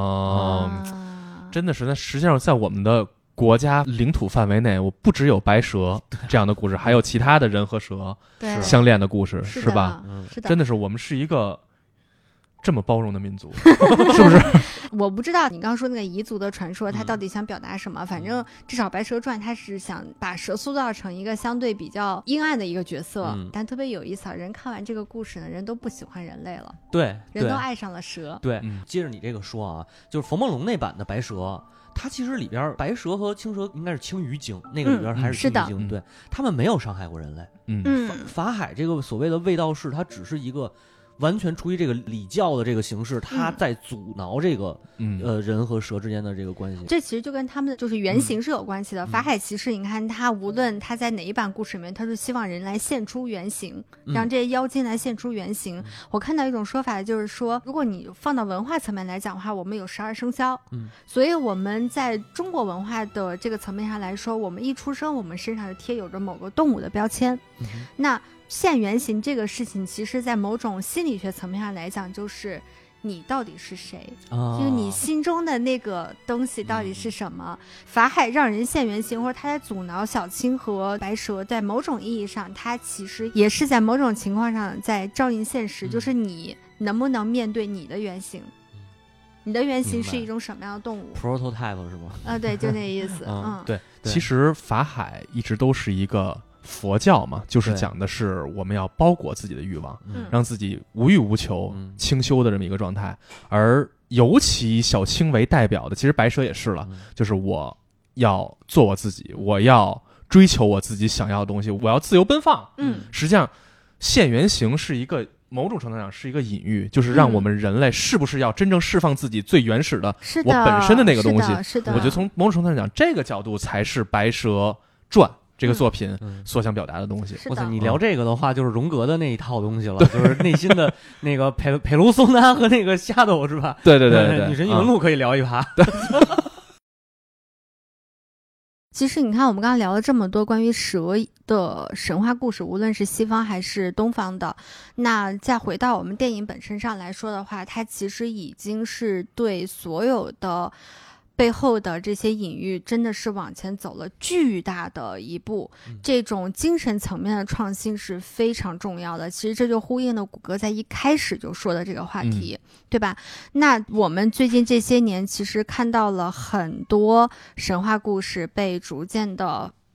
真的是，那实际上在我们的国家领土范围内，我不只有白蛇这样的故事，还有其他的人和蛇相恋的故事，是吧？ 是的， 真的是我们是一个这么包容的民族，是不是？ 我不知道你刚刚说那个彝族的传说，它到底想表达什么？反正至少《白蛇传》它是想把蛇塑造成一个相对比较阴暗的一个角色，但特别有意思啊！人看完这个故事呢，人都不喜欢人类了， 对， 人都爱上了蛇。 对，接着你这个说啊，就是冯梦龙那版的白蛇。它其实里边白蛇和青蛇应该是青鱼精，那个里边还是青鱼精，对，他们没有伤害过人类。法海这个所谓的卫道士，他只是一个完全出于这个礼教的这个形式，他在阻挠这个人和蛇之间的这个关系。 这其实就跟他们的就是原型是有关系的。法海其实你看他无论他在哪一版故事里面，他是希望人来现出原形，让这些妖精来现出原形。我看到一种说法就是说，如果你放到文化层面来讲的话，我们有12生肖，所以我们在中国文化的这个层面上来说，我们一出生我们身上就贴有着某个动物的标签。那现原形这个事情，其实在某种心理学层面上来讲，就是你到底是谁，就是你心中的那个东西到底是什么。法海让人现原形，或者他在阻挠小青和白蛇，在某种意义上，他其实也是在某种情况上在照应现实，就是你能不能面对你的原型。你的原型是一种什么样的动物 ？Prototype 是吗？ 对，就那意思。 对，其实法海一直都是一个佛教嘛，就是讲的是我们要包裹自己的欲望，让自己无欲无求、清修的这么一个状态。而尤其以小青为代表的，其实白蛇也是了，就是我要做我自己，我要追求我自己想要的东西，我要自由奔放。实际上现原形是一个某种程度上是一个隐喻，就是让我们人类是不是要真正释放自己最原始的我本身的那个东西。 是的， 我觉得从某种程度上讲，这个角度才是《白蛇传》这个作品所想表达的东西。 哇塞，你聊这个的话，就是荣格的那一套东西了，就是内心的那个佩卢松纳和那个夏斗是吧？ 对， 女神异闻录可以聊一趴。 其实你看，我们刚刚聊了这么多关于蛇的神话故事，无论是西方还是东方的，那再回到我们电影本身上来说的话，它其实已经是对所有的背后的这些隐喻真的是往前走了巨大的一步，这种精神层面的创新是非常重要的。其实这就呼应了谷歌在一开始就说的这个话题，对吧？那我们最近这些年其实看到了很多神话故事被逐渐的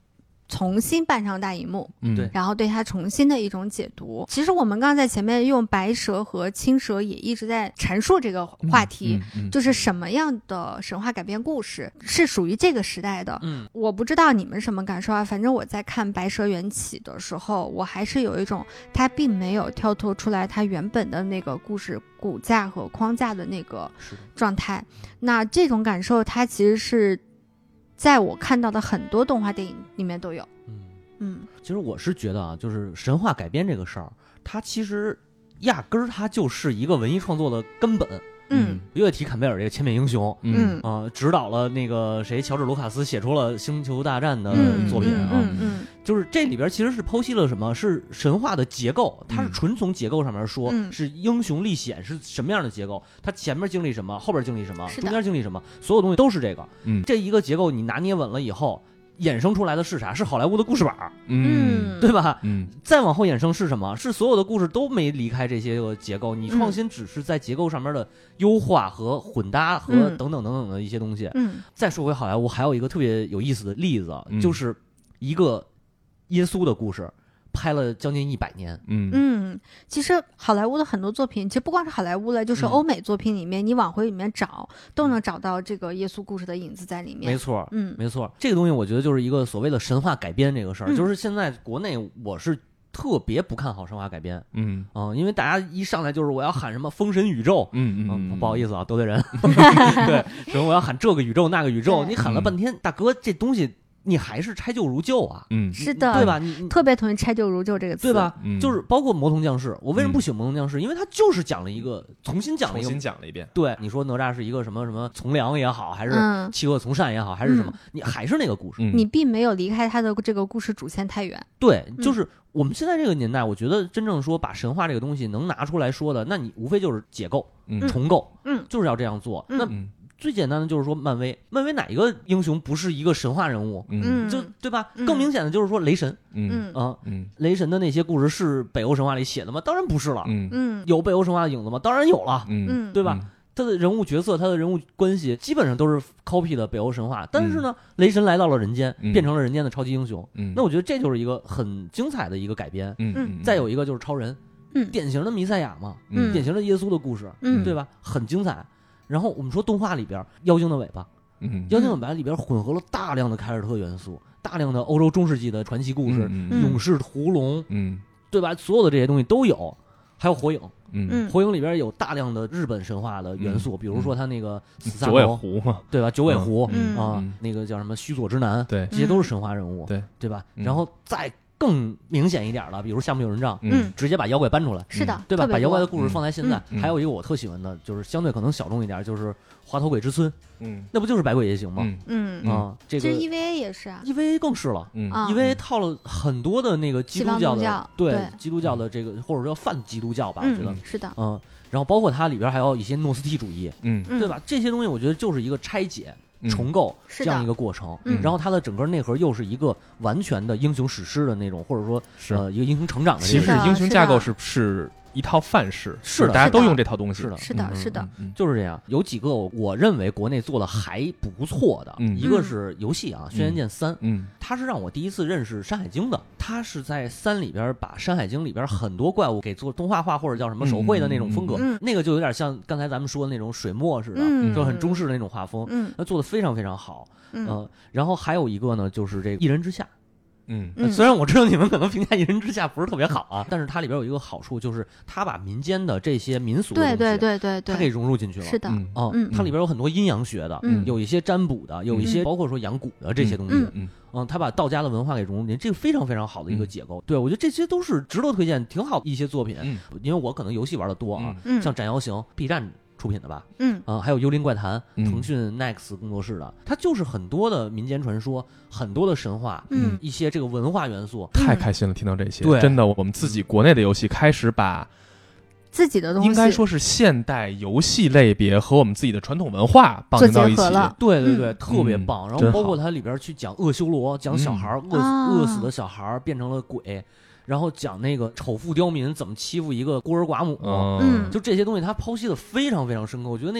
重新搬上大荧幕， 对， 然后对它重新的一种解读。其实我们刚刚在前面用白蛇和青蛇也一直在阐述这个话题，就是什么样的神话改编故事是属于这个时代的。我不知道你们什么感受啊，反正我在看白蛇缘起的时候，我还是有一种它并没有跳脱出来它原本的那个故事骨架和框架的那个状态。那这种感受它其实是在我看到的很多动画电影里面都有。 其实我是觉得啊，就是神话改编这个事儿，它其实压根儿它就是一个文艺创作的根本。约提坎贝尔这个千面英雄，指导了那个谁乔治卢卡斯写出了星球大战的作品啊，就是这里边其实是剖析了什么是神话的结构，它是纯从结构上面说，是英雄历险是什么样的结构，它前面经历什么，后边经历什么，中间经历什么，所有东西都是这个，这一个结构你拿捏稳了以后，衍生出来的是啥？是好莱坞的故事板，对吧？再往后衍生是什么？是所有的故事都没离开这些个结构，你创新只是在结构上面的优化和混搭和等等等等的一些东西。再说回好莱坞，还有一个特别有意思的例子，就是一个耶稣的故事。拍了将近100年。 其实好莱坞的很多作品，其实不光是好莱坞了，就是欧美作品里面，你往回里面找，都能找到这个耶稣故事的影子在里面。 没错，没错。这个东西我觉得就是一个所谓的神话改编这个事儿，就是现在国内我是特别不看好神话改编。因为大家一上来就是我要喊什么封神宇宙，不好意思啊，得罪人。对，什么我要喊这个宇宙那个宇宙，你喊了半天，大哥这东西。你还是拆旧如旧啊， 是的， 对吧？你特别同意拆旧如旧这个词， 对吧？就是包括魔童降世，我为什么不喜欢魔童降世？因为它就是讲了一个重新讲了一遍。 对，你说哪吒是一个什么什么从良也好，还是弃恶从善也好，还是什么，你还是那个故事， 你并没有离开它的这个故事主线太远。 对，就是我们现在这个年代，我觉得真正说把神话这个东西能拿出来说的，那你无非就是解构、重构，就是要这样做。那最简单的就是说漫威哪一个英雄不是一个神话人物？就对吧？更明显的就是说雷神，雷神的那些故事是北欧神话里写的吗？当然不是了。有北欧神话的影子吗？当然有了。对吧？他的人物角色，他的人物关系基本上都是 copy 的北欧神话，但是呢，雷神来到了人间，变成了人间的超级英雄。那我觉得这就是一个很精彩的一个改编。再有一个就是超人，典型的弥赛亚嘛，典型的耶稣的故事，对吧？很精彩。然后我们说动画里边妖精的尾巴，妖精的尾巴里边混合了大量的凯尔特元素，大量的欧洲中世纪的传奇故事，勇士屠龙，对吧？所有的这些东西都有，还有火影，火影里边有大量的日本神话的元素，比如说他那个九尾狐嘛， 对吧？九尾狐啊，那个叫什么须佐之男， 对， 这些都是神话人物，对吧？然后再更明显一点了，比如夏目友人帐，直接把妖怪搬出来， 是的， 对吧？把妖怪的故事放在现在。还有一个我特喜欢的，就是相对可能小众一点，就是滑头鬼之村，那不就是百鬼夜行吗？这个 EVA 也是啊 ，EVA 更是了，EVA 套了很多的那个基督教的，对基督教的这个或者说泛基督教吧，我觉得是的， 然后包括它里边还有一些诺斯替主义，对吧？这些东西我觉得就是一个拆解。重构这样一个过程，然后它的整个内核又是一个完全的英雄史诗的那种，或者说一个英雄成长的。 其实英雄架构是一套范式， 是的， 大家都用这套东西。 是的， 就是这样。有几个我认为国内做的还不错的，一个是游戏啊，《轩辕剑3》，它是让我第一次认识《山海经》的。它是在3里边把《山海经》里边很多怪物给做动画化，或者叫什么手绘的那种风格，那个就有点像刚才咱们说的那种水墨似的，就很中式的那种画风，那做的非常非常好。然后还有一个呢，就是这个《一人之下》。虽然我知道你们可能评价《一人之下》不是特别好啊，但是它里边有一个好处，就是它把民间的这些民俗的东西， 对， 它给融入进去了。 是的， 它里边有很多阴阳学的，有一些占卜的，有一些包括说养蛊的这些东西。它把道家的文化给融入进去，这个非常非常好的一个结构。对，我觉得这些都是值得推荐，挺好的一些作品。因为我可能游戏玩的多啊，像斩妖行 B 站出品的吧，还有幽灵怪谈，腾讯 Nex 工作室的，它就是很多的民间传说，很多的神话，一些这个文化元素。 太开心了，听到这些，真的，我们自己国内的游戏开始把自己的东西， 应该说是现代游戏类别和我们自己的传统文化绑定到一起， 对，特别棒。然后包括它里边去讲恶修罗，讲小孩饿死的小孩变成了鬼。然后讲那个丑妇刁民怎么欺负一个孤儿寡母，就这些东西他剖析的非常非常深刻。我觉得那个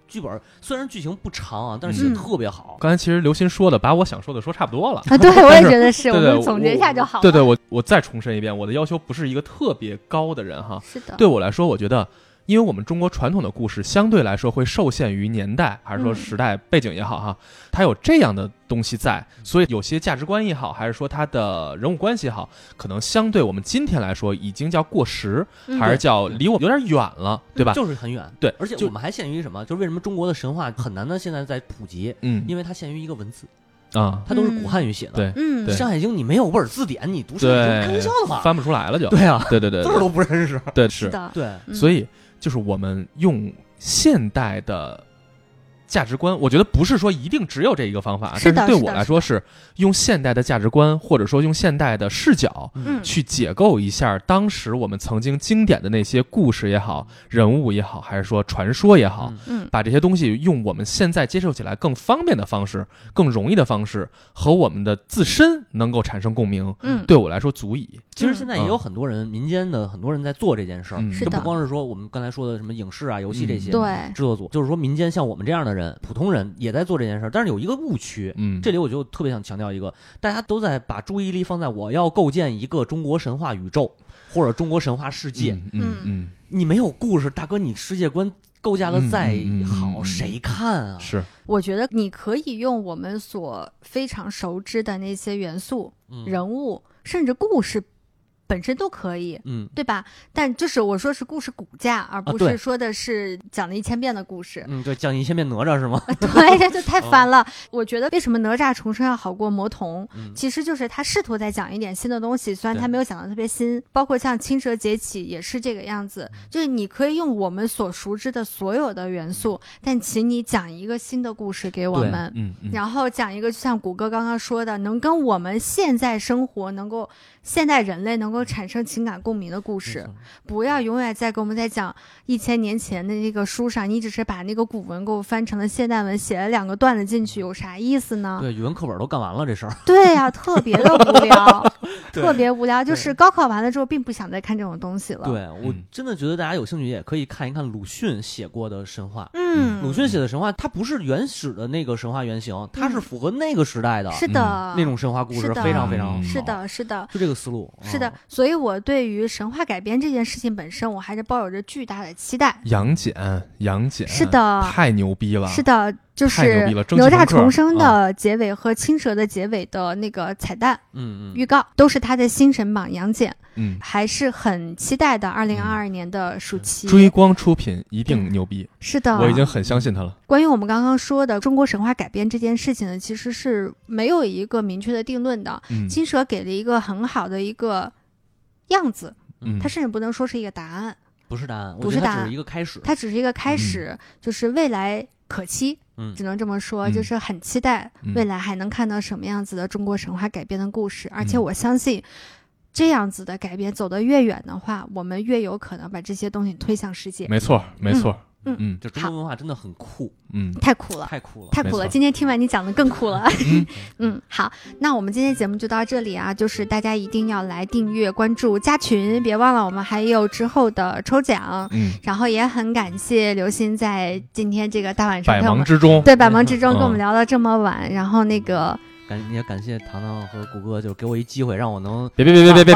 剧本虽然剧情不长啊，但是写得特别好。 刚才其实刘鑫说的把我想说的说差不多了啊，对我也觉得是，我们总结一下就好了。 对，我再重申一遍，我的要求不是一个特别高的人哈。 是的， 对我来说，我觉得。因为我们中国传统的故事相对来说会受限于年代还是说时代背景也好哈，它有这样的东西在，所以有些价值观也好，还是说它的人物关系也好，可能相对我们今天来说已经叫过时，还是叫离我有点远了，对吧？ 就是很远。 对， 而且我们还限于什么？就是为什么中国的神话很难的现在在普及？因为它限于一个文字。 啊， 它都是古汉语写的。 对， 山海经你没有本字典，你读书开玩笑的嘛， 翻不出来了就。 对啊， 对， 字都不认识。 对， 是的， 对， 所以。就是我们用现代的价值观，我觉得不是说一定只有这一个方法，但是对我来说是用现代的价值观，或者说用现代的视角去解构一下当时我们曾经经典的那些故事也好，人物也好，还是说传说也好，把这些东西用我们现在接受起来更方便的方式，更容易的方式和我们的自身能够产生共鸣，对我来说足矣。 其实现在也有很多人，民间的很多人在做这件事儿， 是的， 不光是说我们刚才说的什么影视啊、游戏这些制作组， 对， 就是说民间像我们这样的人，普通人也在做这件事儿。但是有一个误区，这里我就特别想强调一个，大家都在把注意力放在我要构建一个中国神话宇宙或者中国神话世界，你没有故事，大哥，你世界观构架的再好，谁看啊？ 是， 我觉得你可以用我们所非常熟知的那些元素、人物，甚至故事本身都可以，对吧？但就是我说是故事骨架，而不是说的是讲了1000遍的故事。 对，讲1000遍哪吒是吗？ 对，这就太烦了。我觉得为什么哪吒重生要好过魔童，其实就是他试图在讲一点新的东西，虽然他没有讲的特别新。包括像青蛇劫起也是这个样子，就是你可以用我们所熟知的所有的元素，但请你讲一个新的故事给我们，然后讲一个就像谷歌刚刚说的，能跟我们现在生活现代人类能够产生情感共鸣的故事，不要永远在给我们在讲1000年前的那个书上，你只是把那个古文给我翻成了现代文，写了2个段子进去，有啥意思呢？ 对，语文课本都干完了这事儿。 对呀，特别的无聊，特别无聊。就是高考完了之后，并不想再看这种东西了。 对，我真的觉得大家有兴趣也可以看一看鲁迅写过的神话。鲁迅写的神话，它不是原始的那个神话原型，它是符合那个时代的， 是的， 那种神话故事非常非常好。 是的，是的， 就这个思路。 是的，所以我对于神话改编这件事情本身，我还是抱有着巨大的期待。 杨戬， 是的， 太牛逼了。 是的，就是哪吒重生的结尾和青蛇的结尾的那个彩蛋，预告都是他的新神榜杨戬，还是很期待的。2022年的暑期， 追光出品一定牛逼。 是的， 我已经很相信他了。 关于我们刚刚说的中国神话改编这件事情呢，其实是没有一个明确的定论的。青蛇给了一个很好的一个样子，它甚至不能说是一个答案， 不是答案， 不是答案， 它只是一个开始， 它只是一个开始，就是未来可期，只能这么说，就是很期待未来还能看到什么样子的中国神话改编的故事，而且我相信这样子的改编走得越远的话，我们越有可能把这些东西推向世界。 没错，没错。 就中国文化真的很酷， 太酷了， 太酷了， 太酷了！今天听完你讲的更酷了，好，那我们今天节目就到这里啊，就是大家一定要来订阅、关注、加群，别忘了我们还有之后的抽奖，然后也很感谢刘鑫在今天这个大晚上百忙之中， 对，百忙之中跟我们聊了这么晚，然后那个。 也感谢糖糖和谷歌，就是给我一机会，让我能别，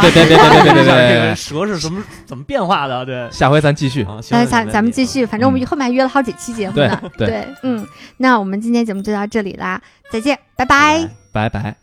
蛇是怎么变化的？对， 下回咱继续， 咱们继续，反正我们后面还约了好几期节目呢。对，那我们今天节目就到这里啦，再见，拜拜， 拜拜。